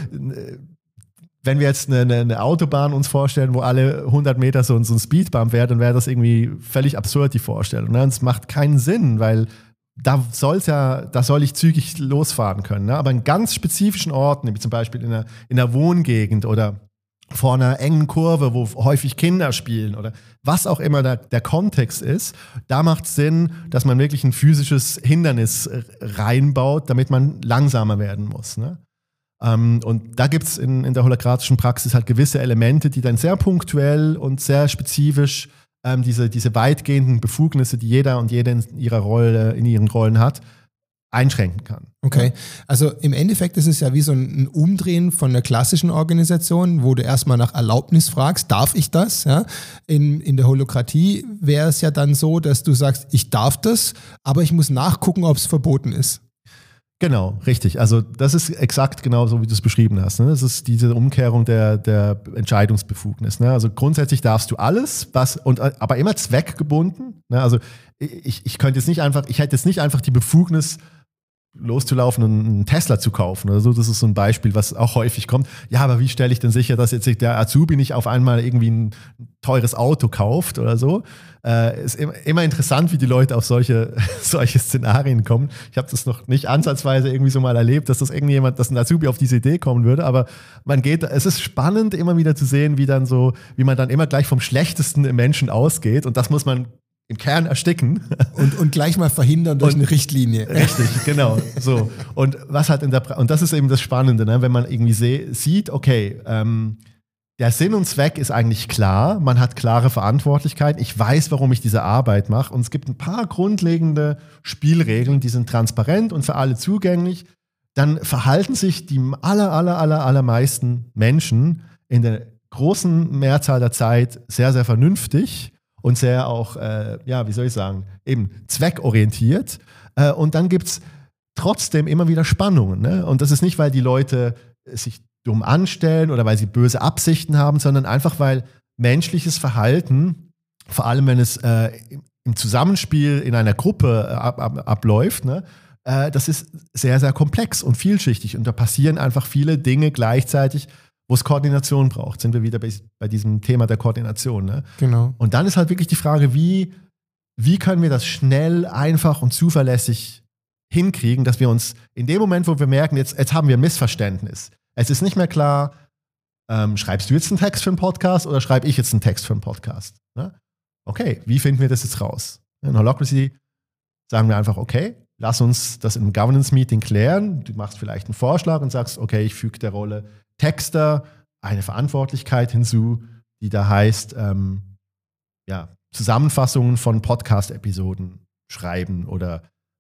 wenn wir jetzt eine, eine Autobahn uns vorstellen, wo alle hundert Meter so, so ein Speedbump wäre, dann wäre das irgendwie völlig absurd, die Vorstellung. Ne? Und es macht keinen Sinn, weil da soll's ja, da soll ich zügig losfahren können. Ne? Aber in ganz spezifischen Orten, wie zum Beispiel in einer, in einer Wohngegend oder vor einer engen Kurve, wo häufig Kinder spielen oder was auch immer der, der Kontext ist, da macht es Sinn, dass man wirklich ein physisches Hindernis reinbaut, damit man langsamer werden muss. Ne? Ähm, und da gibt es in, in der holacratischen Praxis halt gewisse Elemente, die dann sehr punktuell und sehr spezifisch ähm, diese, diese weitgehenden Befugnisse, die jeder und jede in ihrer Rolle, in ihren Rollen hat, einschränken kann. Okay, also im Endeffekt ist es ja wie so ein Umdrehen von einer klassischen Organisation, wo du erstmal nach Erlaubnis fragst, darf ich das? Ja? In, in der Holokratie wäre es ja dann so, dass du sagst, ich darf das, aber ich muss nachgucken, ob es verboten ist. Genau, richtig. Also das ist exakt genau so, wie du es beschrieben hast. Ne? Das ist diese Umkehrung der, der Entscheidungsbefugnis. Ne? Also grundsätzlich darfst du alles, was, und, aber immer zweckgebunden. Ne? Also ich, ich könnte jetzt nicht einfach, ich hätte jetzt nicht einfach die Befugnis, loszulaufen und einen Tesla zu kaufen oder so. Das ist so ein Beispiel, was auch häufig kommt. Ja, aber wie stelle ich denn sicher, dass jetzt der Azubi nicht auf einmal irgendwie ein teures Auto kauft oder so? Äh, ist immer, immer interessant, wie die Leute auf solche, solche Szenarien kommen. Ich habe das noch nicht ansatzweise irgendwie so mal erlebt, dass das irgendjemand, dass ein Azubi auf diese Idee kommen würde, aber man geht, es ist spannend, immer wieder zu sehen, wie dann so, wie man dann immer gleich vom Schlechtesten im Menschen ausgeht, und das muss man im Kern ersticken. Und, und gleich mal verhindern durch und, eine Richtlinie. Richtig, genau. So. Und was halt in der pra- und das ist eben das Spannende, ne? Wenn man irgendwie seh- sieht, okay, ähm, der Sinn und Zweck ist eigentlich klar, man hat klare Verantwortlichkeit, ich weiß, warum ich diese Arbeit mache, und es gibt ein paar grundlegende Spielregeln, die sind transparent und für alle zugänglich, dann verhalten sich die aller, aller, aller, allermeisten Menschen in der großen Mehrzahl der Zeit sehr, sehr vernünftig und sehr auch, äh, ja, wie soll ich sagen, eben zweckorientiert. Äh, und dann gibt es trotzdem immer wieder Spannungen. Ne? Und das ist nicht, weil die Leute sich dumm anstellen oder weil sie böse Absichten haben, sondern einfach, weil menschliches Verhalten, vor allem wenn es äh, im Zusammenspiel in einer Gruppe äh, ab, ab, abläuft, ne? äh, das ist sehr, sehr komplex und vielschichtig. Und da passieren einfach viele Dinge gleichzeitig, wo es Koordination braucht. Sind wir wieder bei, bei diesem Thema der Koordination. Ne? Genau. Und dann ist halt wirklich die Frage, wie, wie können wir das schnell, einfach und zuverlässig hinkriegen, dass wir uns in dem Moment, wo wir merken, jetzt, jetzt haben wir ein Missverständnis. Es ist nicht mehr klar, ähm, schreibst du jetzt einen Text für einen Podcast oder schreibe ich jetzt einen Text für einen Podcast? Ne? Okay, wie finden wir das jetzt raus? In Holacracy sagen wir einfach, okay, lass uns das im Governance-Meeting klären. Du machst vielleicht einen Vorschlag und sagst, okay, ich füge der Rolle Texter eine Verantwortlichkeit hinzu, die da heißt, ähm, ja, Zusammenfassungen von Podcast-Episoden schreiben oder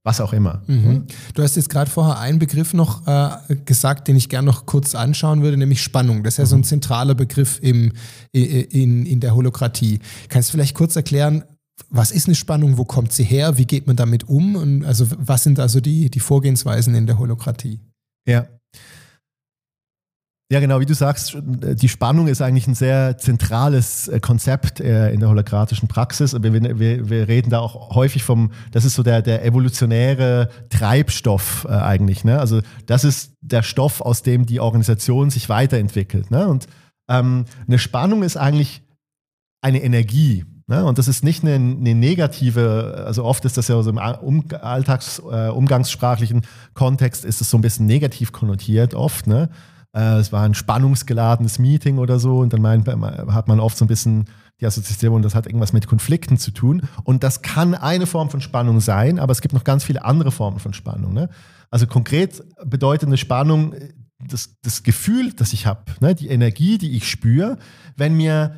was auch immer. Mhm. Du hast jetzt gerade vorher einen Begriff noch äh, gesagt, den ich gerne noch kurz anschauen würde, nämlich Spannung. Das ist ja so ein zentraler Begriff im, in, in der Holokratie. Kannst du vielleicht kurz erklären, was ist eine Spannung, wo kommt sie her, wie geht man damit um und also was sind also die, die Vorgehensweisen in der Holokratie? Ja. Ja, genau, wie du sagst, die Spannung ist eigentlich ein sehr zentrales Konzept in der holokratischen Praxis. Wir, wir, wir reden da auch häufig vom, das ist so der, der evolutionäre Treibstoff eigentlich. Ne? Also das ist der Stoff, aus dem die Organisation sich weiterentwickelt. Ne? Und ähm, eine Spannung ist eigentlich eine Energie. Ne? Und das ist nicht eine, eine negative, also oft ist das ja so im um, Alltags-, äh, umgangssprachlichen Kontext ist es so ein bisschen negativ konnotiert oft, ne? Es war ein spannungsgeladenes Meeting oder so und dann meint, hat man oft so ein bisschen die Assoziation, das hat irgendwas mit Konflikten zu tun. Und das kann eine Form von Spannung sein, aber es gibt noch ganz viele andere Formen von Spannung. Ne? Also konkret bedeutet eine Spannung das, das Gefühl, das ich habe, ne? Die Energie, die ich spüre, wenn mir,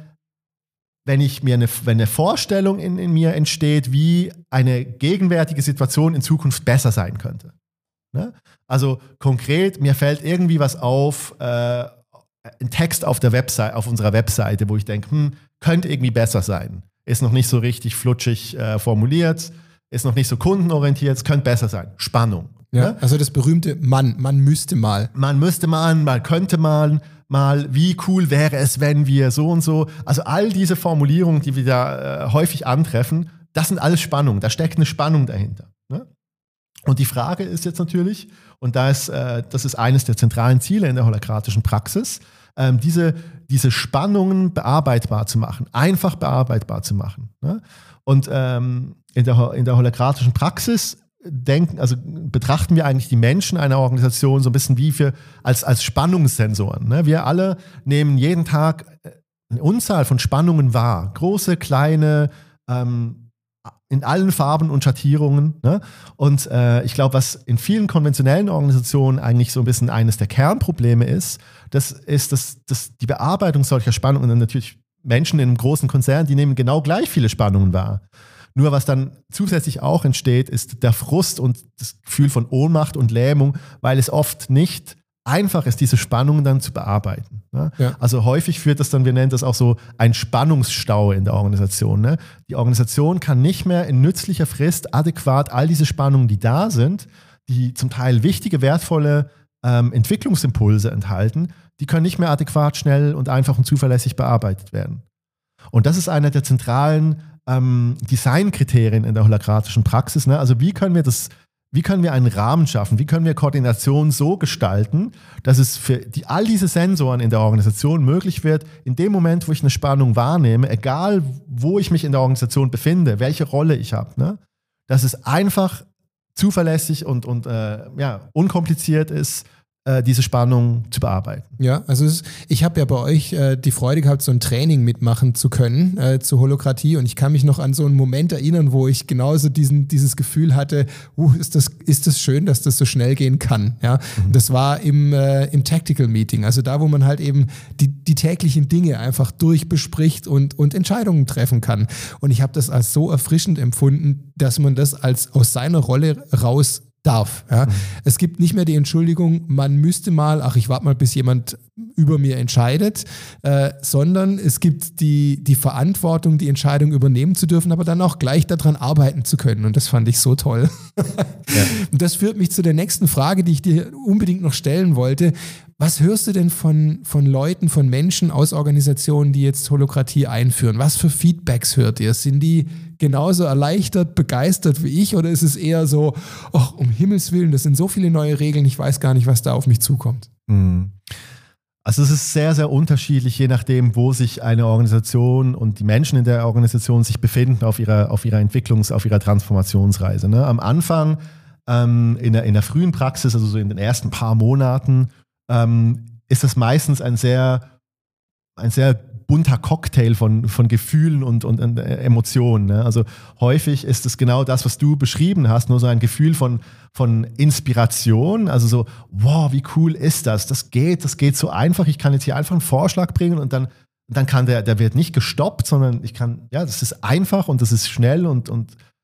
wenn ich mir eine, wenn eine Vorstellung in, in mir entsteht, wie eine gegenwärtige Situation in Zukunft besser sein könnte. Ne? Also konkret, mir fällt irgendwie was auf, äh, ein Text auf der Website, auf unserer Webseite, wo ich denke, hm, könnte irgendwie besser sein. Ist noch nicht so richtig flutschig äh, formuliert, ist noch nicht so kundenorientiert, es könnte besser sein. Spannung. Ja, Ne? also das berühmte Mann, man müsste mal. Man müsste mal, man könnte mal, mal, wie cool wäre es, wenn wir so und so. Also all diese Formulierungen, die wir da äh, häufig antreffen, das sind alles Spannungen, da steckt eine Spannung dahinter. Ne? Und die Frage ist jetzt natürlich, und da ist, äh, das ist eines der zentralen Ziele in der holokratischen Praxis, ähm, diese, diese Spannungen bearbeitbar zu machen, einfach bearbeitbar zu machen. Ne? Und ähm, in der, in der holokratischen Praxis denken, also betrachten wir eigentlich die Menschen einer Organisation so ein bisschen wie für, als, als Spannungssensoren. Ne? Wir alle nehmen jeden Tag eine Unzahl von Spannungen wahr. Große, kleine, ähm, in allen Farben und Schattierungen. Ne? Und äh, ich glaube, was in vielen konventionellen Organisationen eigentlich so ein bisschen eines der Kernprobleme ist, das ist das, das die Bearbeitung solcher Spannungen. Und natürlich Menschen in einem großen Konzern, die nehmen genau gleich viele Spannungen wahr. Nur was dann zusätzlich auch entsteht, ist der Frust und das Gefühl von Ohnmacht und Lähmung, weil es oft nicht einfach ist, diese Spannungen dann zu bearbeiten. Ne? Ja. Also häufig führt das dann, wir nennen das auch so ein Spannungsstau in der Organisation. Ne? Die Organisation kann nicht mehr in nützlicher Frist adäquat all diese Spannungen, die da sind, die zum Teil wichtige, wertvolle ähm, Entwicklungsimpulse enthalten, die können nicht mehr adäquat, schnell und einfach und zuverlässig bearbeitet werden. Und das ist einer der zentralen ähm, Designkriterien in der holokratischen Praxis. Ne? Also wie können wir das Wie können wir einen Rahmen schaffen? Wie können wir Koordination so gestalten, dass es für die, all diese Sensoren in der Organisation möglich wird, in dem Moment, wo ich eine Spannung wahrnehme, egal wo ich mich in der Organisation befinde, welche Rolle ich habe, ne, dass es einfach zuverlässig und, und äh, ja, unkompliziert ist, äh, diese Spannung zu bearbeiten. Ja, also es, ich habe ja bei euch äh, die Freude gehabt, so ein Training mitmachen zu können äh, zur Holokratie und ich kann mich noch an so einen Moment erinnern, wo ich genauso diesen, dieses Gefühl hatte, uh, ist das, ist das schön, dass das so schnell gehen kann. Ja? Mhm. Das war im, äh, im Tactical Meeting, also da, wo man halt eben die, die täglichen Dinge einfach durchbespricht und, und Entscheidungen treffen kann. Und ich habe das als so erfrischend empfunden, dass man das als aus seiner Rolle raus darf. Ja. Mhm. Es gibt nicht mehr die Entschuldigung, man müsste mal, ach, ich warte mal, bis jemand über mir entscheidet, äh, sondern es gibt die, die Verantwortung, die Entscheidung übernehmen zu dürfen, aber dann auch gleich daran arbeiten zu können. Und das fand ich so toll. Ja. Und das führt mich zu der nächsten Frage, die ich dir unbedingt noch stellen wollte. Was hörst du denn von, von Leuten, von Menschen aus Organisationen, die jetzt Holokratie einführen? Was für Feedbacks hört ihr? Sind die genauso erleichtert, begeistert wie ich oder ist es eher so, ach, um Himmels Willen, das sind so viele neue Regeln, ich weiß gar nicht, was da auf mich zukommt? Also es ist sehr, sehr unterschiedlich, je nachdem, wo sich eine Organisation und die Menschen in der Organisation sich befinden auf ihrer, auf ihrer Entwicklungs-, auf ihrer Transformationsreise. Ne? Am Anfang, ähm, in, der, in der frühen Praxis, also so in den ersten paar Monaten, ähm, ist das meistens ein sehr, ein sehr bunter Cocktail von, von Gefühlen und, und, und Emotionen. Ne? Also häufig ist es genau das, was du beschrieben hast, nur so ein Gefühl von, von Inspiration, also so, wow, wie cool ist das? Das geht, das geht so einfach. Ich kann jetzt hier einfach einen Vorschlag bringen und dann, dann kann der, der wird nicht gestoppt, sondern ich kann, ja, das ist einfach und das ist schnell und, und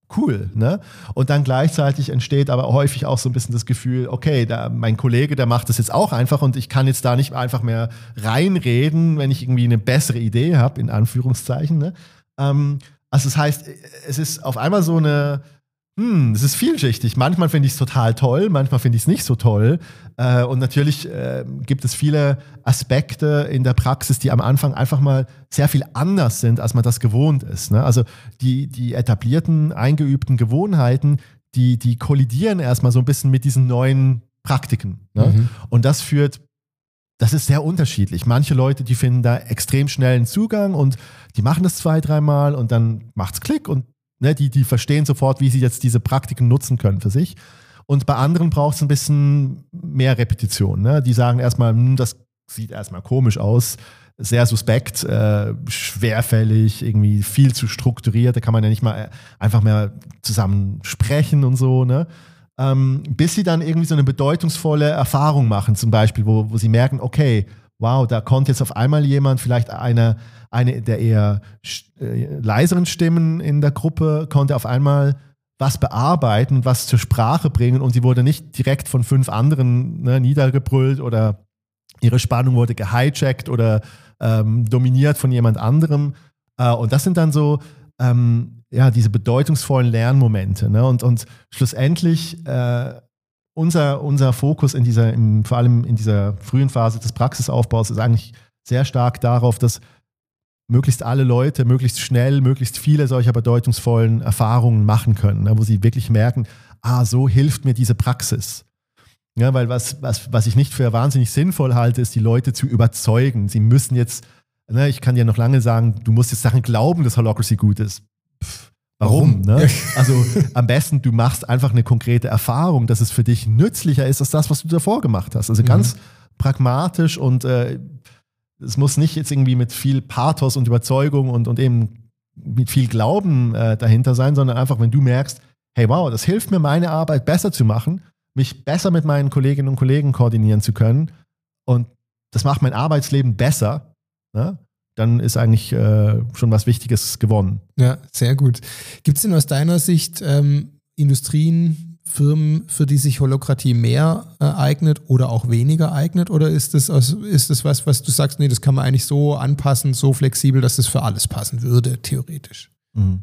cool. Ne? Und dann gleichzeitig entsteht aber häufig auch so ein bisschen das Gefühl, okay, da, mein Kollege, der macht das jetzt auch einfach und ich kann jetzt da nicht einfach mehr reinreden, wenn ich irgendwie eine bessere Idee habe, in Anführungszeichen. Ne? Ähm, also das heißt, es ist auf einmal so eine, hm, es ist vielschichtig. Manchmal finde ich es total toll, manchmal finde ich es nicht so toll. Äh, und natürlich äh, gibt es viele Aspekte in der Praxis, die am Anfang einfach mal sehr viel anders sind, als man das gewohnt ist. Ne? Also die, die etablierten, eingeübten Gewohnheiten, die, die kollidieren erstmal so ein bisschen mit diesen neuen Praktiken. Ne? Mhm. Und das führt, das ist sehr unterschiedlich. Manche Leute, die finden da extrem schnell einen Zugang und die machen das zwei, dreimal und dann macht's Klick und Ne, die, die verstehen sofort, wie sie jetzt diese Praktiken nutzen können für sich. Und bei anderen braucht es ein bisschen mehr Repetition. Ne? Die sagen erstmal, hm, das sieht erstmal komisch aus, sehr suspekt, äh, schwerfällig, irgendwie viel zu strukturiert. Da kann man ja nicht mal einfach mehr zusammen sprechen und so. Ne? Ähm, bis sie dann irgendwie so eine bedeutungsvolle Erfahrung machen, zum Beispiel, wo, wo sie merken, okay, wow, da konnte jetzt auf einmal jemand, vielleicht eine, eine der eher äh, leiseren Stimmen in der Gruppe, konnte auf einmal was bearbeiten, was zur Sprache bringen und sie wurde nicht direkt von fünf anderen ne, niedergebrüllt oder ihre Spannung wurde gehijackt oder ähm, dominiert von jemand anderem. Äh, und das sind dann so ähm, ja, diese bedeutungsvollen Lernmomente. Ne? Und, und schlussendlich äh, Unser, unser Fokus in dieser, im, vor allem in dieser frühen Phase des Praxisaufbaus ist eigentlich sehr stark darauf, dass möglichst alle Leute möglichst schnell, möglichst viele solcher bedeutungsvollen Erfahrungen machen können, ne, wo sie wirklich merken, ah, so hilft mir diese Praxis. Ja, weil was, was, was ich nicht für wahnsinnig sinnvoll halte, ist, die Leute zu überzeugen. Sie müssen jetzt, ne, ich kann dir noch lange sagen, du musst jetzt Sachen glauben, dass Holacracy gut ist. Pff. Warum? Warum? Ne? Also am besten, du machst einfach eine konkrete Erfahrung, dass es für dich nützlicher ist als das, was du davor gemacht hast. Also ganz mhm. pragmatisch und äh, es muss nicht jetzt irgendwie mit viel Pathos und Überzeugung und, und eben mit viel Glauben äh, dahinter sein, sondern einfach, wenn du merkst, hey wow, das hilft mir, meine Arbeit besser zu machen, mich besser mit meinen Kolleginnen und Kollegen koordinieren zu können und das macht mein Arbeitsleben besser, ne? Dann ist eigentlich äh, schon was Wichtiges gewonnen. Ja, sehr gut. Gibt es denn aus deiner Sicht ähm, Industrien, Firmen, für die sich Holacracy mehr äh, eignet oder auch weniger eignet? Oder ist das, aus, ist das was, was du sagst, nee, das kann man eigentlich so anpassen, so flexibel, dass es für alles passen würde, theoretisch? Mhm.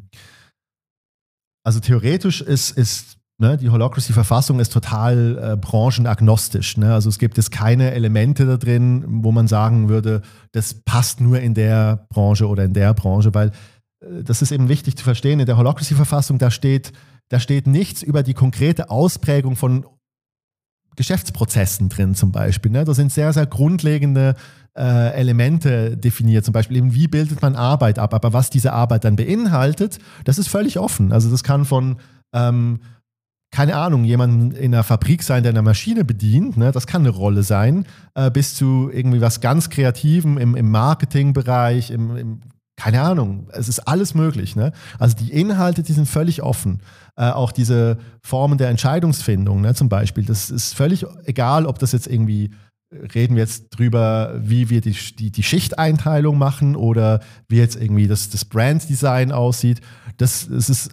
Also theoretisch ist, ist ne, die Holacracy-Verfassung ist total äh, branchenagnostisch. Ne? Also es gibt jetzt keine Elemente da drin, wo man sagen würde, das passt nur in der Branche oder in der Branche, weil äh, das ist eben wichtig zu verstehen. In der Holacracy-Verfassung, da steht, da steht nichts über die konkrete Ausprägung von Geschäftsprozessen drin zum Beispiel. Ne? Da sind sehr, sehr grundlegende äh, Elemente definiert. Zum Beispiel eben, wie bildet man Arbeit ab? Aber was diese Arbeit dann beinhaltet, das ist völlig offen. Also das kann von ähm, keine Ahnung, jemand in einer Fabrik sein, der eine Maschine bedient, ne, das kann eine Rolle sein, äh, bis zu irgendwie was ganz Kreativem im, im Marketingbereich, im, im, keine Ahnung, es ist alles möglich. Ne? Also die Inhalte, die sind völlig offen. Äh, auch diese Formen der Entscheidungsfindung, ne, zum Beispiel, das ist völlig egal, ob das jetzt irgendwie, reden wir jetzt drüber, wie wir die, die, die Schichteinteilung machen oder wie jetzt irgendwie das, das Branddesign aussieht. Das, das ist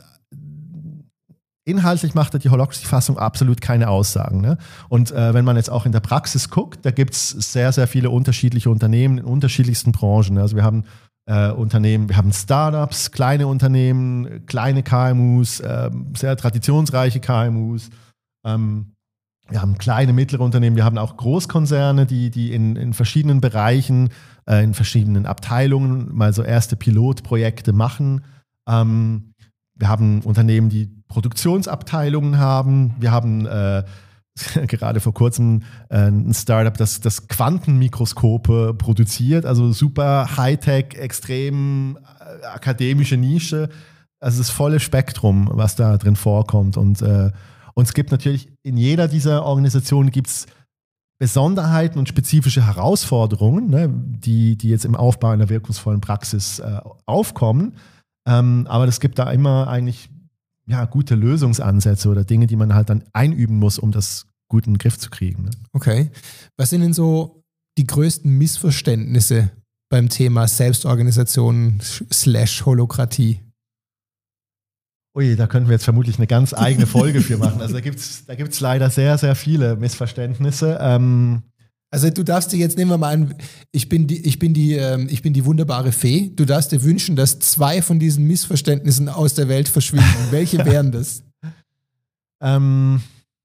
Inhaltlich macht die Holacracy-Fassung absolut keine Aussagen. Ne? Und äh, wenn man jetzt auch in der Praxis guckt, da gibt es sehr, sehr viele unterschiedliche Unternehmen in unterschiedlichsten Branchen. Also wir haben äh, Unternehmen, wir haben Startups, kleine Unternehmen, kleine K M Us, äh, sehr traditionsreiche K M Us. Ähm, wir haben kleine, mittlere Unternehmen, wir haben auch Großkonzerne, die, die in, in verschiedenen Bereichen, äh, in verschiedenen Abteilungen mal so erste Pilotprojekte machen. Ähm, wir haben Unternehmen, die Produktionsabteilungen haben. Wir haben äh, gerade vor kurzem äh, ein Startup, das, das Quantenmikroskope produziert, also super Hightech, extrem äh, akademische Nische. Also das volle Spektrum, was da drin vorkommt. Und, äh, und es gibt natürlich in jeder dieser Organisationen gibt's Besonderheiten und spezifische Herausforderungen, ne, die, die jetzt im Aufbau einer wirkungsvollen Praxis äh, aufkommen. Ähm, aber es gibt da immer eigentlich ja, gute Lösungsansätze oder Dinge, die man halt dann einüben muss, um das gut in den Griff zu kriegen. Ne? Okay. Was sind denn so die größten Missverständnisse beim Thema Selbstorganisation slash Holacracy? Ui, da könnten wir jetzt vermutlich eine ganz eigene Folge für machen. Also da gibt es da gibt's leider sehr, sehr viele Missverständnisse. Ähm Also du darfst dir jetzt, nehmen wir mal an, ich bin die, ich bin die, ähm, ich bin die wunderbare Fee. Du darfst dir wünschen, dass zwei von diesen Missverständnissen aus der Welt verschwinden. Welche wären das? ähm,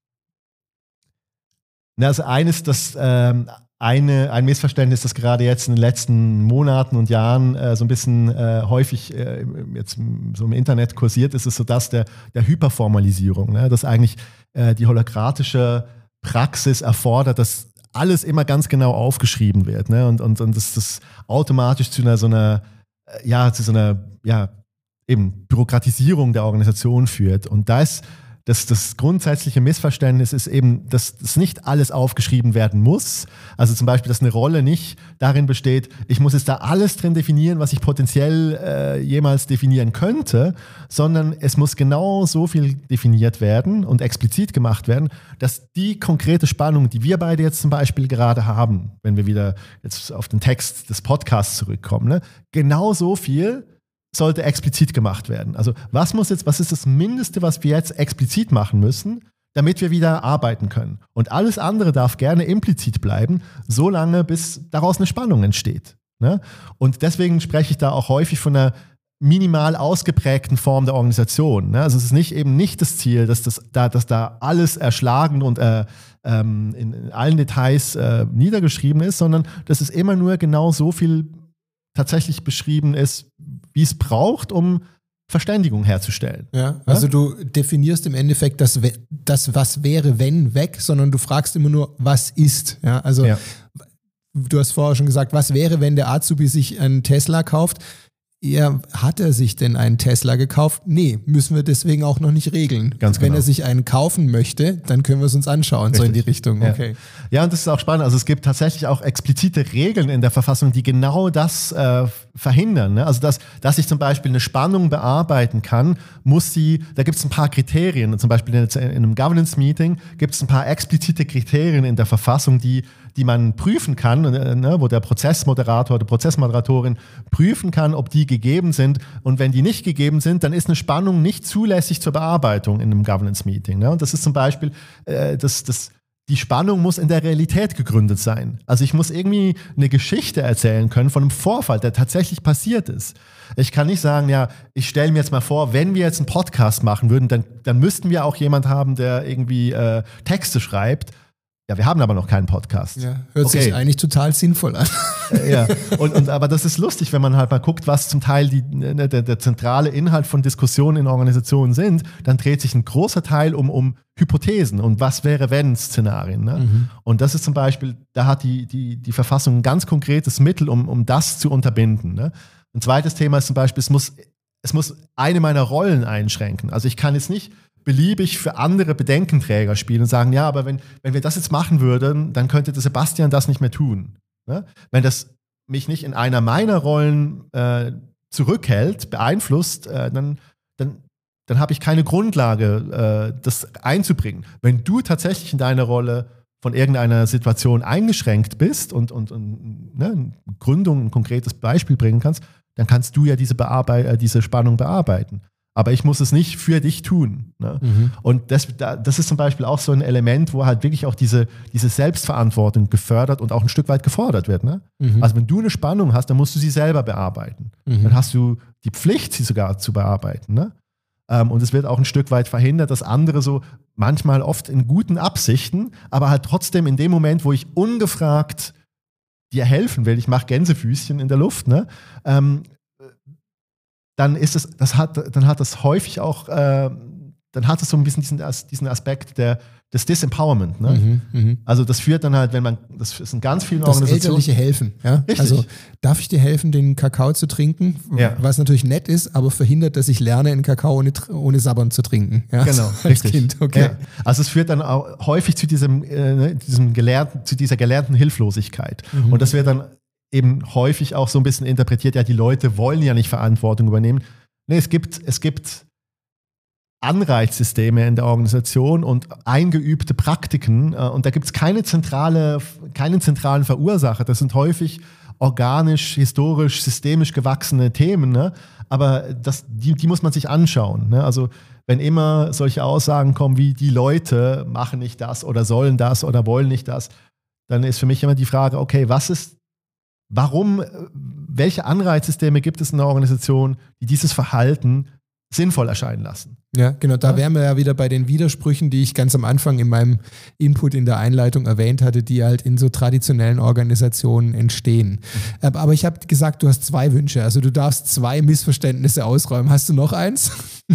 also eines, das ähm, eine, ein Missverständnis, das gerade jetzt in den letzten Monaten und Jahren äh, so ein bisschen äh, häufig äh, jetzt so im Internet kursiert ist, ist so das der, der Hyperformalisierung. Ne? Dass eigentlich äh, die holokratische Praxis erfordert, dass alles immer ganz genau aufgeschrieben wird, ne? Und, und, und dass das automatisch zu einer so einer, ja, zu so einer, ja, eben Bürokratisierung der Organisation führt. Und da ist das, das grundsätzliche Missverständnis ist eben, dass das nicht alles aufgeschrieben werden muss. Also zum Beispiel, dass eine Rolle nicht darin besteht, ich muss jetzt da alles drin definieren, was ich potenziell äh, jemals definieren könnte, sondern es muss genau so viel definiert werden und explizit gemacht werden, dass die konkrete Spannung, die wir beide jetzt zum Beispiel gerade haben, wenn wir wieder jetzt auf den Text des Podcasts zurückkommen, ne, genau so viel sollte explizit gemacht werden. Also was muss jetzt, was ist das Mindeste, was wir jetzt explizit machen müssen, damit wir wieder arbeiten können? Und alles andere darf gerne implizit bleiben, solange bis daraus eine Spannung entsteht. Ne? Und deswegen spreche ich da auch häufig von einer minimal ausgeprägten Form der Organisation. Ne? Also es ist nicht eben nicht das Ziel, dass, das, da, dass da alles erschlagen und äh, ähm, in, in allen Details äh, niedergeschrieben ist, sondern dass es immer nur genau so viel tatsächlich beschrieben ist, wie es braucht, um Verständigung herzustellen. Ja, also ja? Du definierst im Endeffekt das, das, was wäre, wenn, weg, sondern du fragst immer nur, was ist. Ja, also ja. Du hast vorher schon gesagt, was wäre, wenn der Azubi sich einen Tesla kauft? Ja, hat er sich denn einen Tesla gekauft? Nee, müssen wir deswegen auch noch nicht regeln. Ganz Wenn genau. er sich einen kaufen möchte, dann können wir es uns anschauen, Richtig. So in die Richtung. Ja. Okay. Ja, und das ist auch spannend. Also es gibt tatsächlich auch explizite Regeln in der Verfassung, die genau das äh, verhindern. Ne? Also dass, dass ich zum Beispiel eine Spannung bearbeiten kann, muss sie, da gibt es ein paar Kriterien. Zum Beispiel in, in einem Governance-Meeting gibt es ein paar explizite Kriterien in der Verfassung, die die man prüfen kann, ne, wo der Prozessmoderator oder Prozessmoderatorin prüfen kann, ob die gegeben sind. Und wenn die nicht gegeben sind, dann ist eine Spannung nicht zulässig zur Bearbeitung in einem Governance-Meeting. Ne? Und das ist zum Beispiel, äh, das, das, die Spannung muss in der Realität gegründet sein. Also ich muss irgendwie eine Geschichte erzählen können von einem Vorfall, der tatsächlich passiert ist. Ich kann nicht sagen, ja, ich stelle mir jetzt mal vor, wenn wir jetzt einen Podcast machen würden, dann, dann müssten wir auch jemand haben, der irgendwie äh, Texte schreibt. Ja, wir haben aber noch keinen Podcast. Ja, hört okay. sich eigentlich total sinnvoll an. Ja, und, und, aber das ist lustig, wenn man halt mal guckt, was zum Teil die, ne, der, der zentrale Inhalt von Diskussionen in Organisationen sind, dann dreht sich ein großer Teil um, um Hypothesen und was wäre wenn Szenarien. Ne? Mhm. Und das ist zum Beispiel, da hat die, die, die Verfassung ein ganz konkretes Mittel, um, um das zu unterbinden. Ne? Ein zweites Thema ist zum Beispiel, es muss, es muss eine meiner Rollen einschränken. Also ich kann jetzt nicht beliebig für andere Bedenkenträger spielen und sagen, ja, aber wenn, wenn wir das jetzt machen würden, dann könnte der Sebastian das nicht mehr tun. Ne? Wenn das mich nicht in einer meiner Rollen äh, zurückhält, beeinflusst, äh, dann, dann, dann habe ich keine Grundlage, äh, das einzubringen. Wenn du tatsächlich in deiner Rolle von irgendeiner Situation eingeschränkt bist und, und, und ne, eine Gründung, ein konkretes Beispiel bringen kannst, dann kannst du ja diese, Bearbeit- äh, diese Spannung bearbeiten. Aber ich muss es nicht für dich tun. Ne? Mhm. Und das, das ist zum Beispiel auch so ein Element, wo halt wirklich auch diese, diese Selbstverantwortung gefördert und auch ein Stück weit gefordert wird. Ne? Mhm. Also wenn du eine Spannung hast, dann musst du sie selber bearbeiten. Mhm. Dann hast du die Pflicht, sie sogar zu bearbeiten. Ne? Ähm, und es wird auch ein Stück weit verhindert, dass andere so manchmal oft in guten Absichten, aber halt trotzdem in dem Moment, wo ich ungefragt dir helfen will, ich mache Gänsefüßchen in der Luft, ne? ähm, dann ist es, das hat, dann hat das häufig auch, äh, dann hat es so ein bisschen diesen, diesen Aspekt der, des Disempowerment. Ne? Mhm, mh. Also das führt dann halt, wenn man, das ist in ganz vielen das Organisationen. Das elterliche Helfen, ja. Richtig. Also darf ich dir helfen, den Kakao zu trinken? Ja. Was natürlich nett ist, aber verhindert, dass ich lerne, einen Kakao ohne, ohne Sabbern zu trinken. Ja? Genau, als richtig. Kind, okay. Ja. Also es führt dann auch häufig zu diesem, äh, diesem gelernten, zu dieser gelernten Hilflosigkeit. Mhm. Und das wird dann eben häufig auch so ein bisschen interpretiert, ja, die Leute wollen ja nicht Verantwortung übernehmen. Nee, es gibt, es gibt Anreizsysteme in der Organisation und eingeübte Praktiken äh, und da gibt es keine zentrale, keinen zentralen Verursacher. Das sind häufig organisch, historisch, systemisch gewachsene Themen, ne? Aber das, die, die muss man sich anschauen. Ne? Also wenn immer solche Aussagen kommen wie die Leute machen nicht das oder sollen das oder wollen nicht das, dann ist für mich immer die Frage, okay, was ist, warum, welche Anreizsysteme gibt es in der Organisation, die dieses Verhalten sinnvoll erscheinen lassen? Ja, genau, da Ja. wären wären wir ja wieder bei den Widersprüchen, die ich ganz am Anfang in meinem Input in der Einleitung erwähnt hatte, die halt in so traditionellen Organisationen entstehen. Mhm. Aber ich habe gesagt, du hast zwei Wünsche, also du darfst zwei Missverständnisse ausräumen. Hast du noch eins?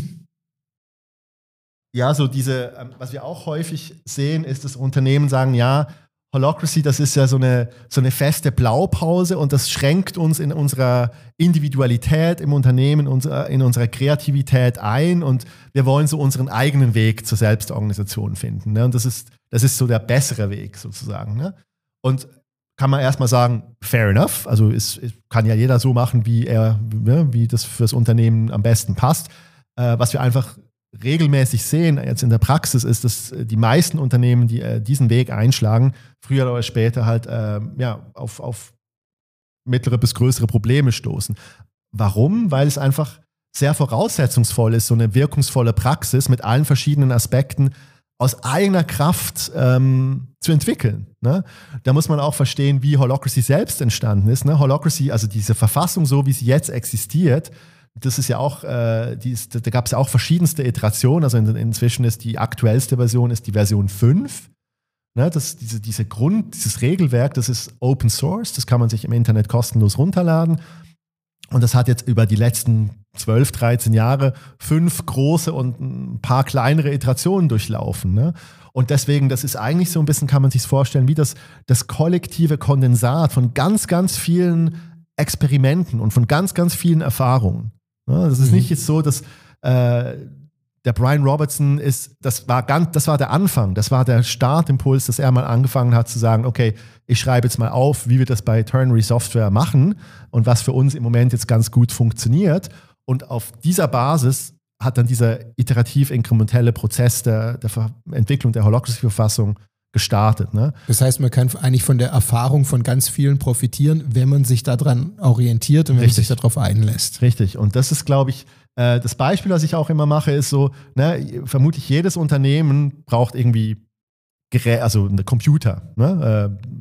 Ja, so diese, was wir auch häufig sehen, ist, dass Unternehmen sagen, ja, Holacracy, das ist ja so eine, so eine feste Blaupause und das schränkt uns in unserer Individualität im Unternehmen, unser, in unserer Kreativität ein und wir wollen so unseren eigenen Weg zur Selbstorganisation finden. Ne? Und das ist, das ist so der bessere Weg sozusagen. Ne? Und kann man erstmal sagen, fair enough, also es, es kann ja jeder so machen, wie er, ne, wie das fürs Unternehmen am besten passt. Äh, was wir einfach regelmäßig sehen, jetzt in der Praxis, ist, dass die meisten Unternehmen, die äh, diesen Weg einschlagen, früher oder später halt äh, ja, auf, auf mittlere bis größere Probleme stoßen. Warum? Weil es einfach sehr voraussetzungsvoll ist, so eine wirkungsvolle Praxis mit allen verschiedenen Aspekten aus eigener Kraft ähm, zu entwickeln. Ne? Da muss man auch verstehen, wie Holacracy selbst entstanden ist. Ne? Holacracy, also diese Verfassung, so wie sie jetzt existiert, das ist ja auch, äh, die ist, da gab es ja auch verschiedenste Iterationen. Also in, inzwischen ist die aktuellste Version ist die Version fünf. Ne, das, diese, diese Grund, dieses Regelwerk, das ist Open Source, das kann man sich im Internet kostenlos runterladen. Und das hat jetzt über die letzten zwölf, dreizehn Jahre fünf große und ein paar kleinere Iterationen durchlaufen. Ne? Und deswegen, das ist eigentlich so ein bisschen, kann man sich vorstellen, wie das, das kollektive Kondensat von ganz, ganz vielen Experimenten und von ganz, ganz vielen Erfahrungen. Ne? Das ist mhm. nicht jetzt so, dass äh, der Brian Robertson ist, das war ganz, das war der Anfang, das war der Startimpuls, dass er mal angefangen hat zu sagen, okay, ich schreibe jetzt mal auf, wie wir das bei Ternary Software machen und was für uns im Moment jetzt ganz gut funktioniert. Und auf dieser Basis hat dann dieser iterativ-inkrementelle Prozess der, der Ver- Entwicklung der Holacracy-Verfassung gestartet. Ne? Das heißt, man kann eigentlich von der Erfahrung von ganz vielen profitieren, wenn man sich daran orientiert und wenn Richtig. man sich darauf einlässt. Richtig. Und das ist, glaube ich, äh, das Beispiel, was ich auch immer mache, ist so, ne, vermutlich jedes Unternehmen braucht irgendwie Gerä- also eine Computer, ne? äh,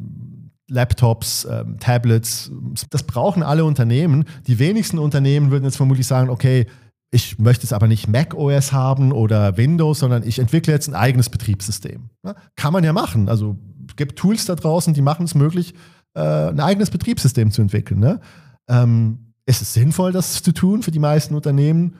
Laptops, äh, Tablets. Das brauchen alle Unternehmen. Die wenigsten Unternehmen würden jetzt vermutlich sagen, okay, ich möchte jetzt aber nicht Mac O S haben oder Windows, sondern ich entwickle jetzt ein eigenes Betriebssystem. Ja, kann man ja machen. Also es gibt Tools da draußen, die machen es möglich, äh, ein eigenes Betriebssystem zu entwickeln. Ne? Ähm, ist es sinnvoll, das zu tun für die meisten Unternehmen?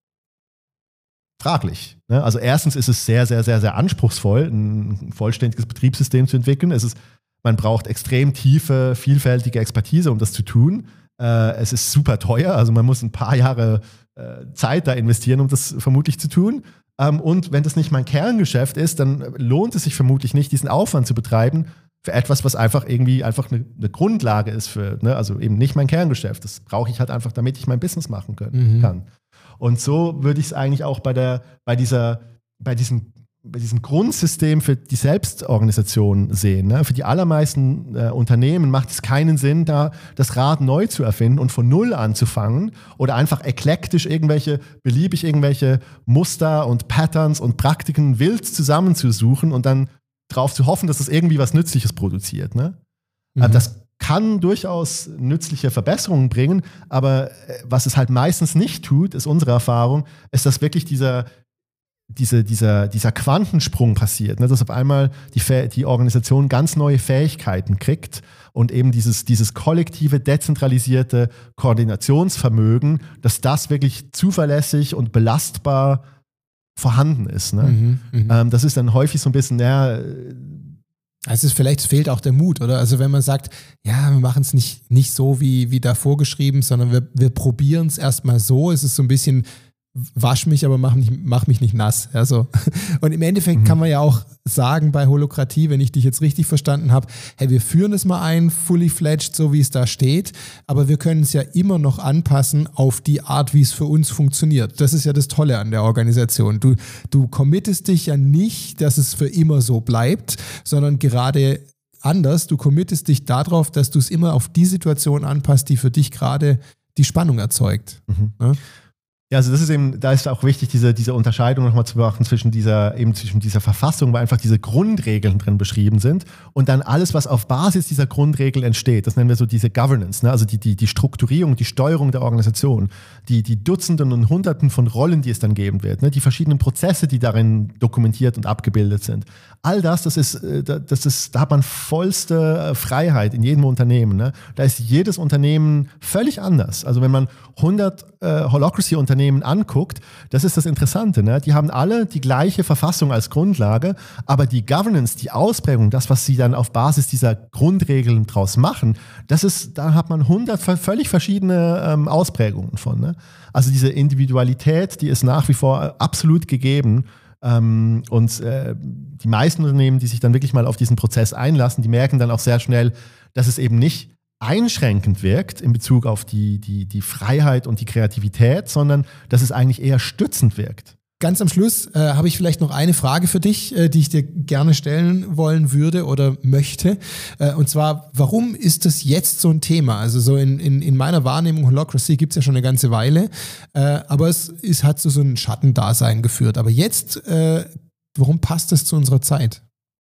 Fraglich. Ne? Also erstens ist es sehr, sehr, sehr, sehr anspruchsvoll, ein vollständiges Betriebssystem zu entwickeln. Es ist, man braucht extrem tiefe, vielfältige Expertise, um das zu tun. Äh, es ist super teuer, also man muss ein paar Jahre Zeit da investieren, um das vermutlich zu tun. Und wenn das nicht mein Kerngeschäft ist, dann lohnt es sich vermutlich nicht, diesen Aufwand zu betreiben für etwas, was einfach irgendwie einfach eine, eine Grundlage ist für, ne? Also eben nicht mein Kerngeschäft. Das brauche ich halt einfach, damit ich mein Business machen können, mhm. kann. Und so würde ich es eigentlich auch bei der, bei dieser, bei diesem bei diesem Grundsystem für die Selbstorganisation sehen. Ne? Für die allermeisten äh, Unternehmen macht es keinen Sinn, da das Rad neu zu erfinden und von Null anzufangen oder einfach eklektisch irgendwelche, beliebig irgendwelche Muster und Patterns und Praktiken wild zusammenzusuchen und dann darauf zu hoffen, dass es irgendwie was Nützliches produziert. Ne? Mhm. Also das kann durchaus nützliche Verbesserungen bringen, aber was es halt meistens nicht tut, ist unsere Erfahrung, ist, dass wirklich dieser Diese, dieser, dieser Quantensprung passiert, ne, dass auf einmal die, die Organisation ganz neue Fähigkeiten kriegt und eben dieses, dieses kollektive, dezentralisierte Koordinationsvermögen, dass das wirklich zuverlässig und belastbar vorhanden ist. Ne? Mhm, ähm, das ist dann häufig so ein bisschen, ja, also es vielleicht fehlt auch der Mut, oder? Also wenn man sagt, ja, wir machen es nicht, nicht so wie, wie da vorgeschrieben, sondern wir, wir probieren es erstmal so, es ist so ein bisschen wasch mich, aber mach mich, mach mich nicht nass. Also, und im Endeffekt mhm. kann man ja auch sagen bei Holokratie, wenn ich dich jetzt richtig verstanden habe, hey, wir führen es mal ein, fully fledged, so wie es da steht, aber wir können es ja immer noch anpassen auf die Art, wie es für uns funktioniert. Das ist ja das Tolle an der Organisation. Du, du committest dich ja nicht, dass es für immer so bleibt, sondern gerade anders. Du committest dich darauf, dass du es immer auf die Situation anpasst, die für dich gerade die Spannung erzeugt. Mhm. Ja? Ja, also das ist eben, da ist auch wichtig, diese, diese Unterscheidung nochmal zu beachten zwischen dieser, eben zwischen dieser Verfassung, wo einfach diese Grundregeln drin beschrieben sind und dann alles, was auf Basis dieser Grundregeln entsteht. Das nennen wir so diese Governance, ne? Also die, die, die Strukturierung, die Steuerung der Organisation, die, die Dutzenden und Hunderten von Rollen, die es dann geben wird, ne? Die verschiedenen Prozesse, die darin dokumentiert und abgebildet sind. All das, das ist, das ist, da hat man vollste Freiheit in jedem Unternehmen, ne? Da ist jedes Unternehmen völlig anders. Also wenn man hundert äh, Holacracy-Unternehmen anguckt, das ist das Interessante, ne? Die haben alle die gleiche Verfassung als Grundlage, aber die Governance, die Ausprägung, das, was sie dann auf Basis dieser Grundregeln draus machen, das ist, da hat man hundert völlig verschiedene ähm, Ausprägungen von, ne? Also diese Individualität, die ist nach wie vor absolut gegeben. Ähm, und äh, die meisten Unternehmen, die sich dann wirklich mal auf diesen Prozess einlassen, die merken dann auch sehr schnell, dass es eben nicht einschränkend wirkt in Bezug auf die, die, die Freiheit und die Kreativität, sondern dass es eigentlich eher stützend wirkt. Ganz am Schluss äh, habe ich vielleicht noch eine Frage für dich, äh, die ich dir gerne stellen wollen würde oder möchte. Äh, und zwar, warum ist das jetzt so ein Thema? Also so in, in, in meiner Wahrnehmung, Holacracy gibt es ja schon eine ganze Weile, äh, aber es, es hat so, so ein Schattendasein geführt. Aber jetzt, äh, warum passt das zu unserer Zeit?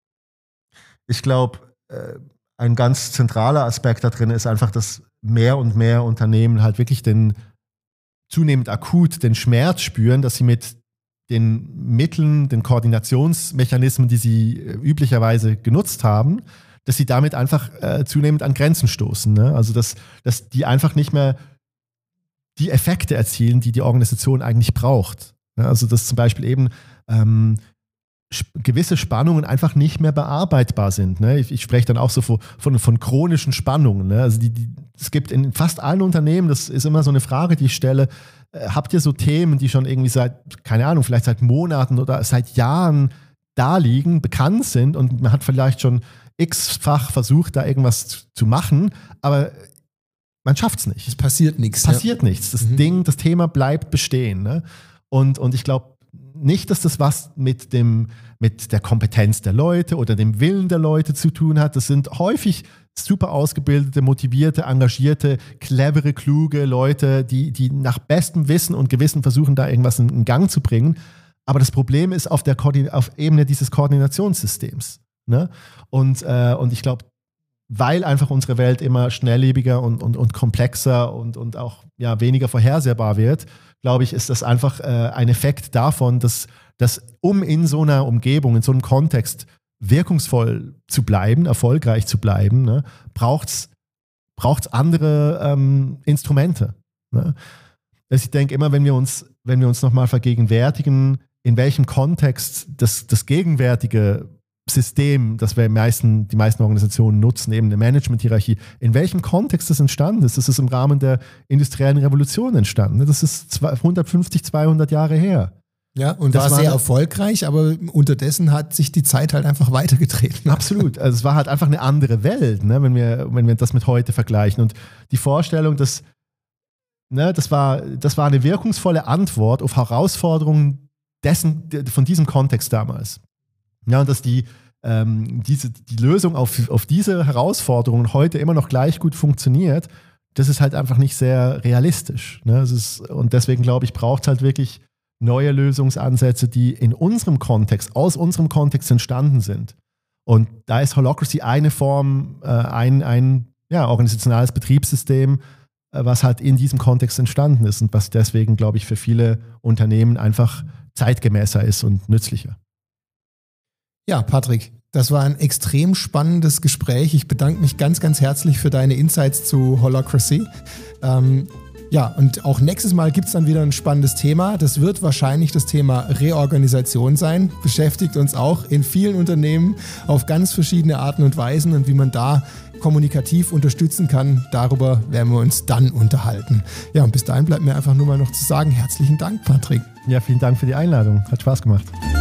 Ich glaube, äh, ein ganz zentraler Aspekt da drin ist einfach, dass mehr und mehr Unternehmen halt wirklich den zunehmend akut den Schmerz spüren, dass sie mit den Mitteln, den Koordinationsmechanismen, die sie äh, üblicherweise genutzt haben, dass sie damit einfach äh, zunehmend an Grenzen stoßen. Ne? Also dass, dass die einfach nicht mehr die Effekte erzielen, die die Organisation eigentlich braucht. Ne? Also dass zum Beispiel eben ähm, gewisse Spannungen einfach nicht mehr bearbeitbar sind. Ne? Ich, ich spreche dann auch so von, von, von chronischen Spannungen. Ne? Also die, die, es gibt in fast allen Unternehmen, das ist immer so eine Frage, die ich stelle, äh, habt ihr so Themen, die schon irgendwie seit, keine Ahnung, vielleicht seit Monaten oder seit Jahren da liegen, bekannt sind und man hat vielleicht schon x-fach versucht, da irgendwas zu, zu machen, aber man schafft es nicht. Es passiert nichts. Passiert ja. nichts. Das Mhm. Ding, das Thema bleibt bestehen. Ne? Und, und ich glaube, nicht, dass das was mit, dem, mit der Kompetenz der Leute oder dem Willen der Leute zu tun hat. Das sind häufig super ausgebildete, motivierte, engagierte, clevere, kluge Leute, die, die nach bestem Wissen und Gewissen versuchen, da irgendwas in, in Gang zu bringen. Aber das Problem ist auf der Koordin- auf Ebene dieses Koordinationssystems. Ne? Und, äh, und ich glaube, weil einfach unsere Welt immer schnelllebiger und, und, und komplexer und, und auch ja, weniger vorhersehbar wird, glaube ich, ist das einfach äh, ein Effekt davon, dass, dass um in so einer Umgebung, in so einem Kontext wirkungsvoll zu bleiben, erfolgreich zu bleiben, ne, braucht es andere ähm, Instrumente. Ne? Also ich denke immer, wenn wir uns, wenn wir uns nochmal vergegenwärtigen, in welchem Kontext das, das gegenwärtige System, das wir meisten, die meisten Organisationen nutzen, eben eine Management-Hierarchie, in welchem Kontext das entstanden ist. Das ist im Rahmen der industriellen Revolution entstanden. Das ist hundertfünfzig, zweihundert Jahre her. Ja, und das war war sehr eine, erfolgreich, aber unterdessen hat sich die Zeit halt einfach weitergetreten. Absolut. Also es war halt einfach eine andere Welt, ne, wenn wir, wenn wir das mit heute vergleichen. Und die Vorstellung, dass ne, das war, das war eine wirkungsvolle Antwort auf Herausforderungen dessen, von diesem Kontext damals. Ja, und dass die, ähm, diese, die Lösung auf, auf diese Herausforderungen heute immer noch gleich gut funktioniert, das ist halt einfach nicht sehr realistisch. Ne? Es ist, und deswegen glaube ich, braucht es halt wirklich neue Lösungsansätze, die in unserem Kontext, aus unserem Kontext entstanden sind. Und da ist Holacracy eine Form, äh, ein, ein ja, organisationales Betriebssystem, äh, was halt in diesem Kontext entstanden ist und was deswegen, glaube ich, für viele Unternehmen einfach zeitgemäßer ist und nützlicher. Ja, Patrick, das war ein extrem spannendes Gespräch. Ich bedanke mich ganz, ganz herzlich für deine Insights zu Holacracy. Ähm, ja, und auch nächstes Mal gibt es dann wieder ein spannendes Thema. Das wird wahrscheinlich das Thema Reorganisation sein. Beschäftigt uns auch in vielen Unternehmen auf ganz verschiedene Arten und Weisen. Und wie man da kommunikativ unterstützen kann, darüber werden wir uns dann unterhalten. Ja, und bis dahin bleibt mir einfach nur mal noch zu sagen, herzlichen Dank, Patrick. Ja, vielen Dank für die Einladung. Hat Spaß gemacht.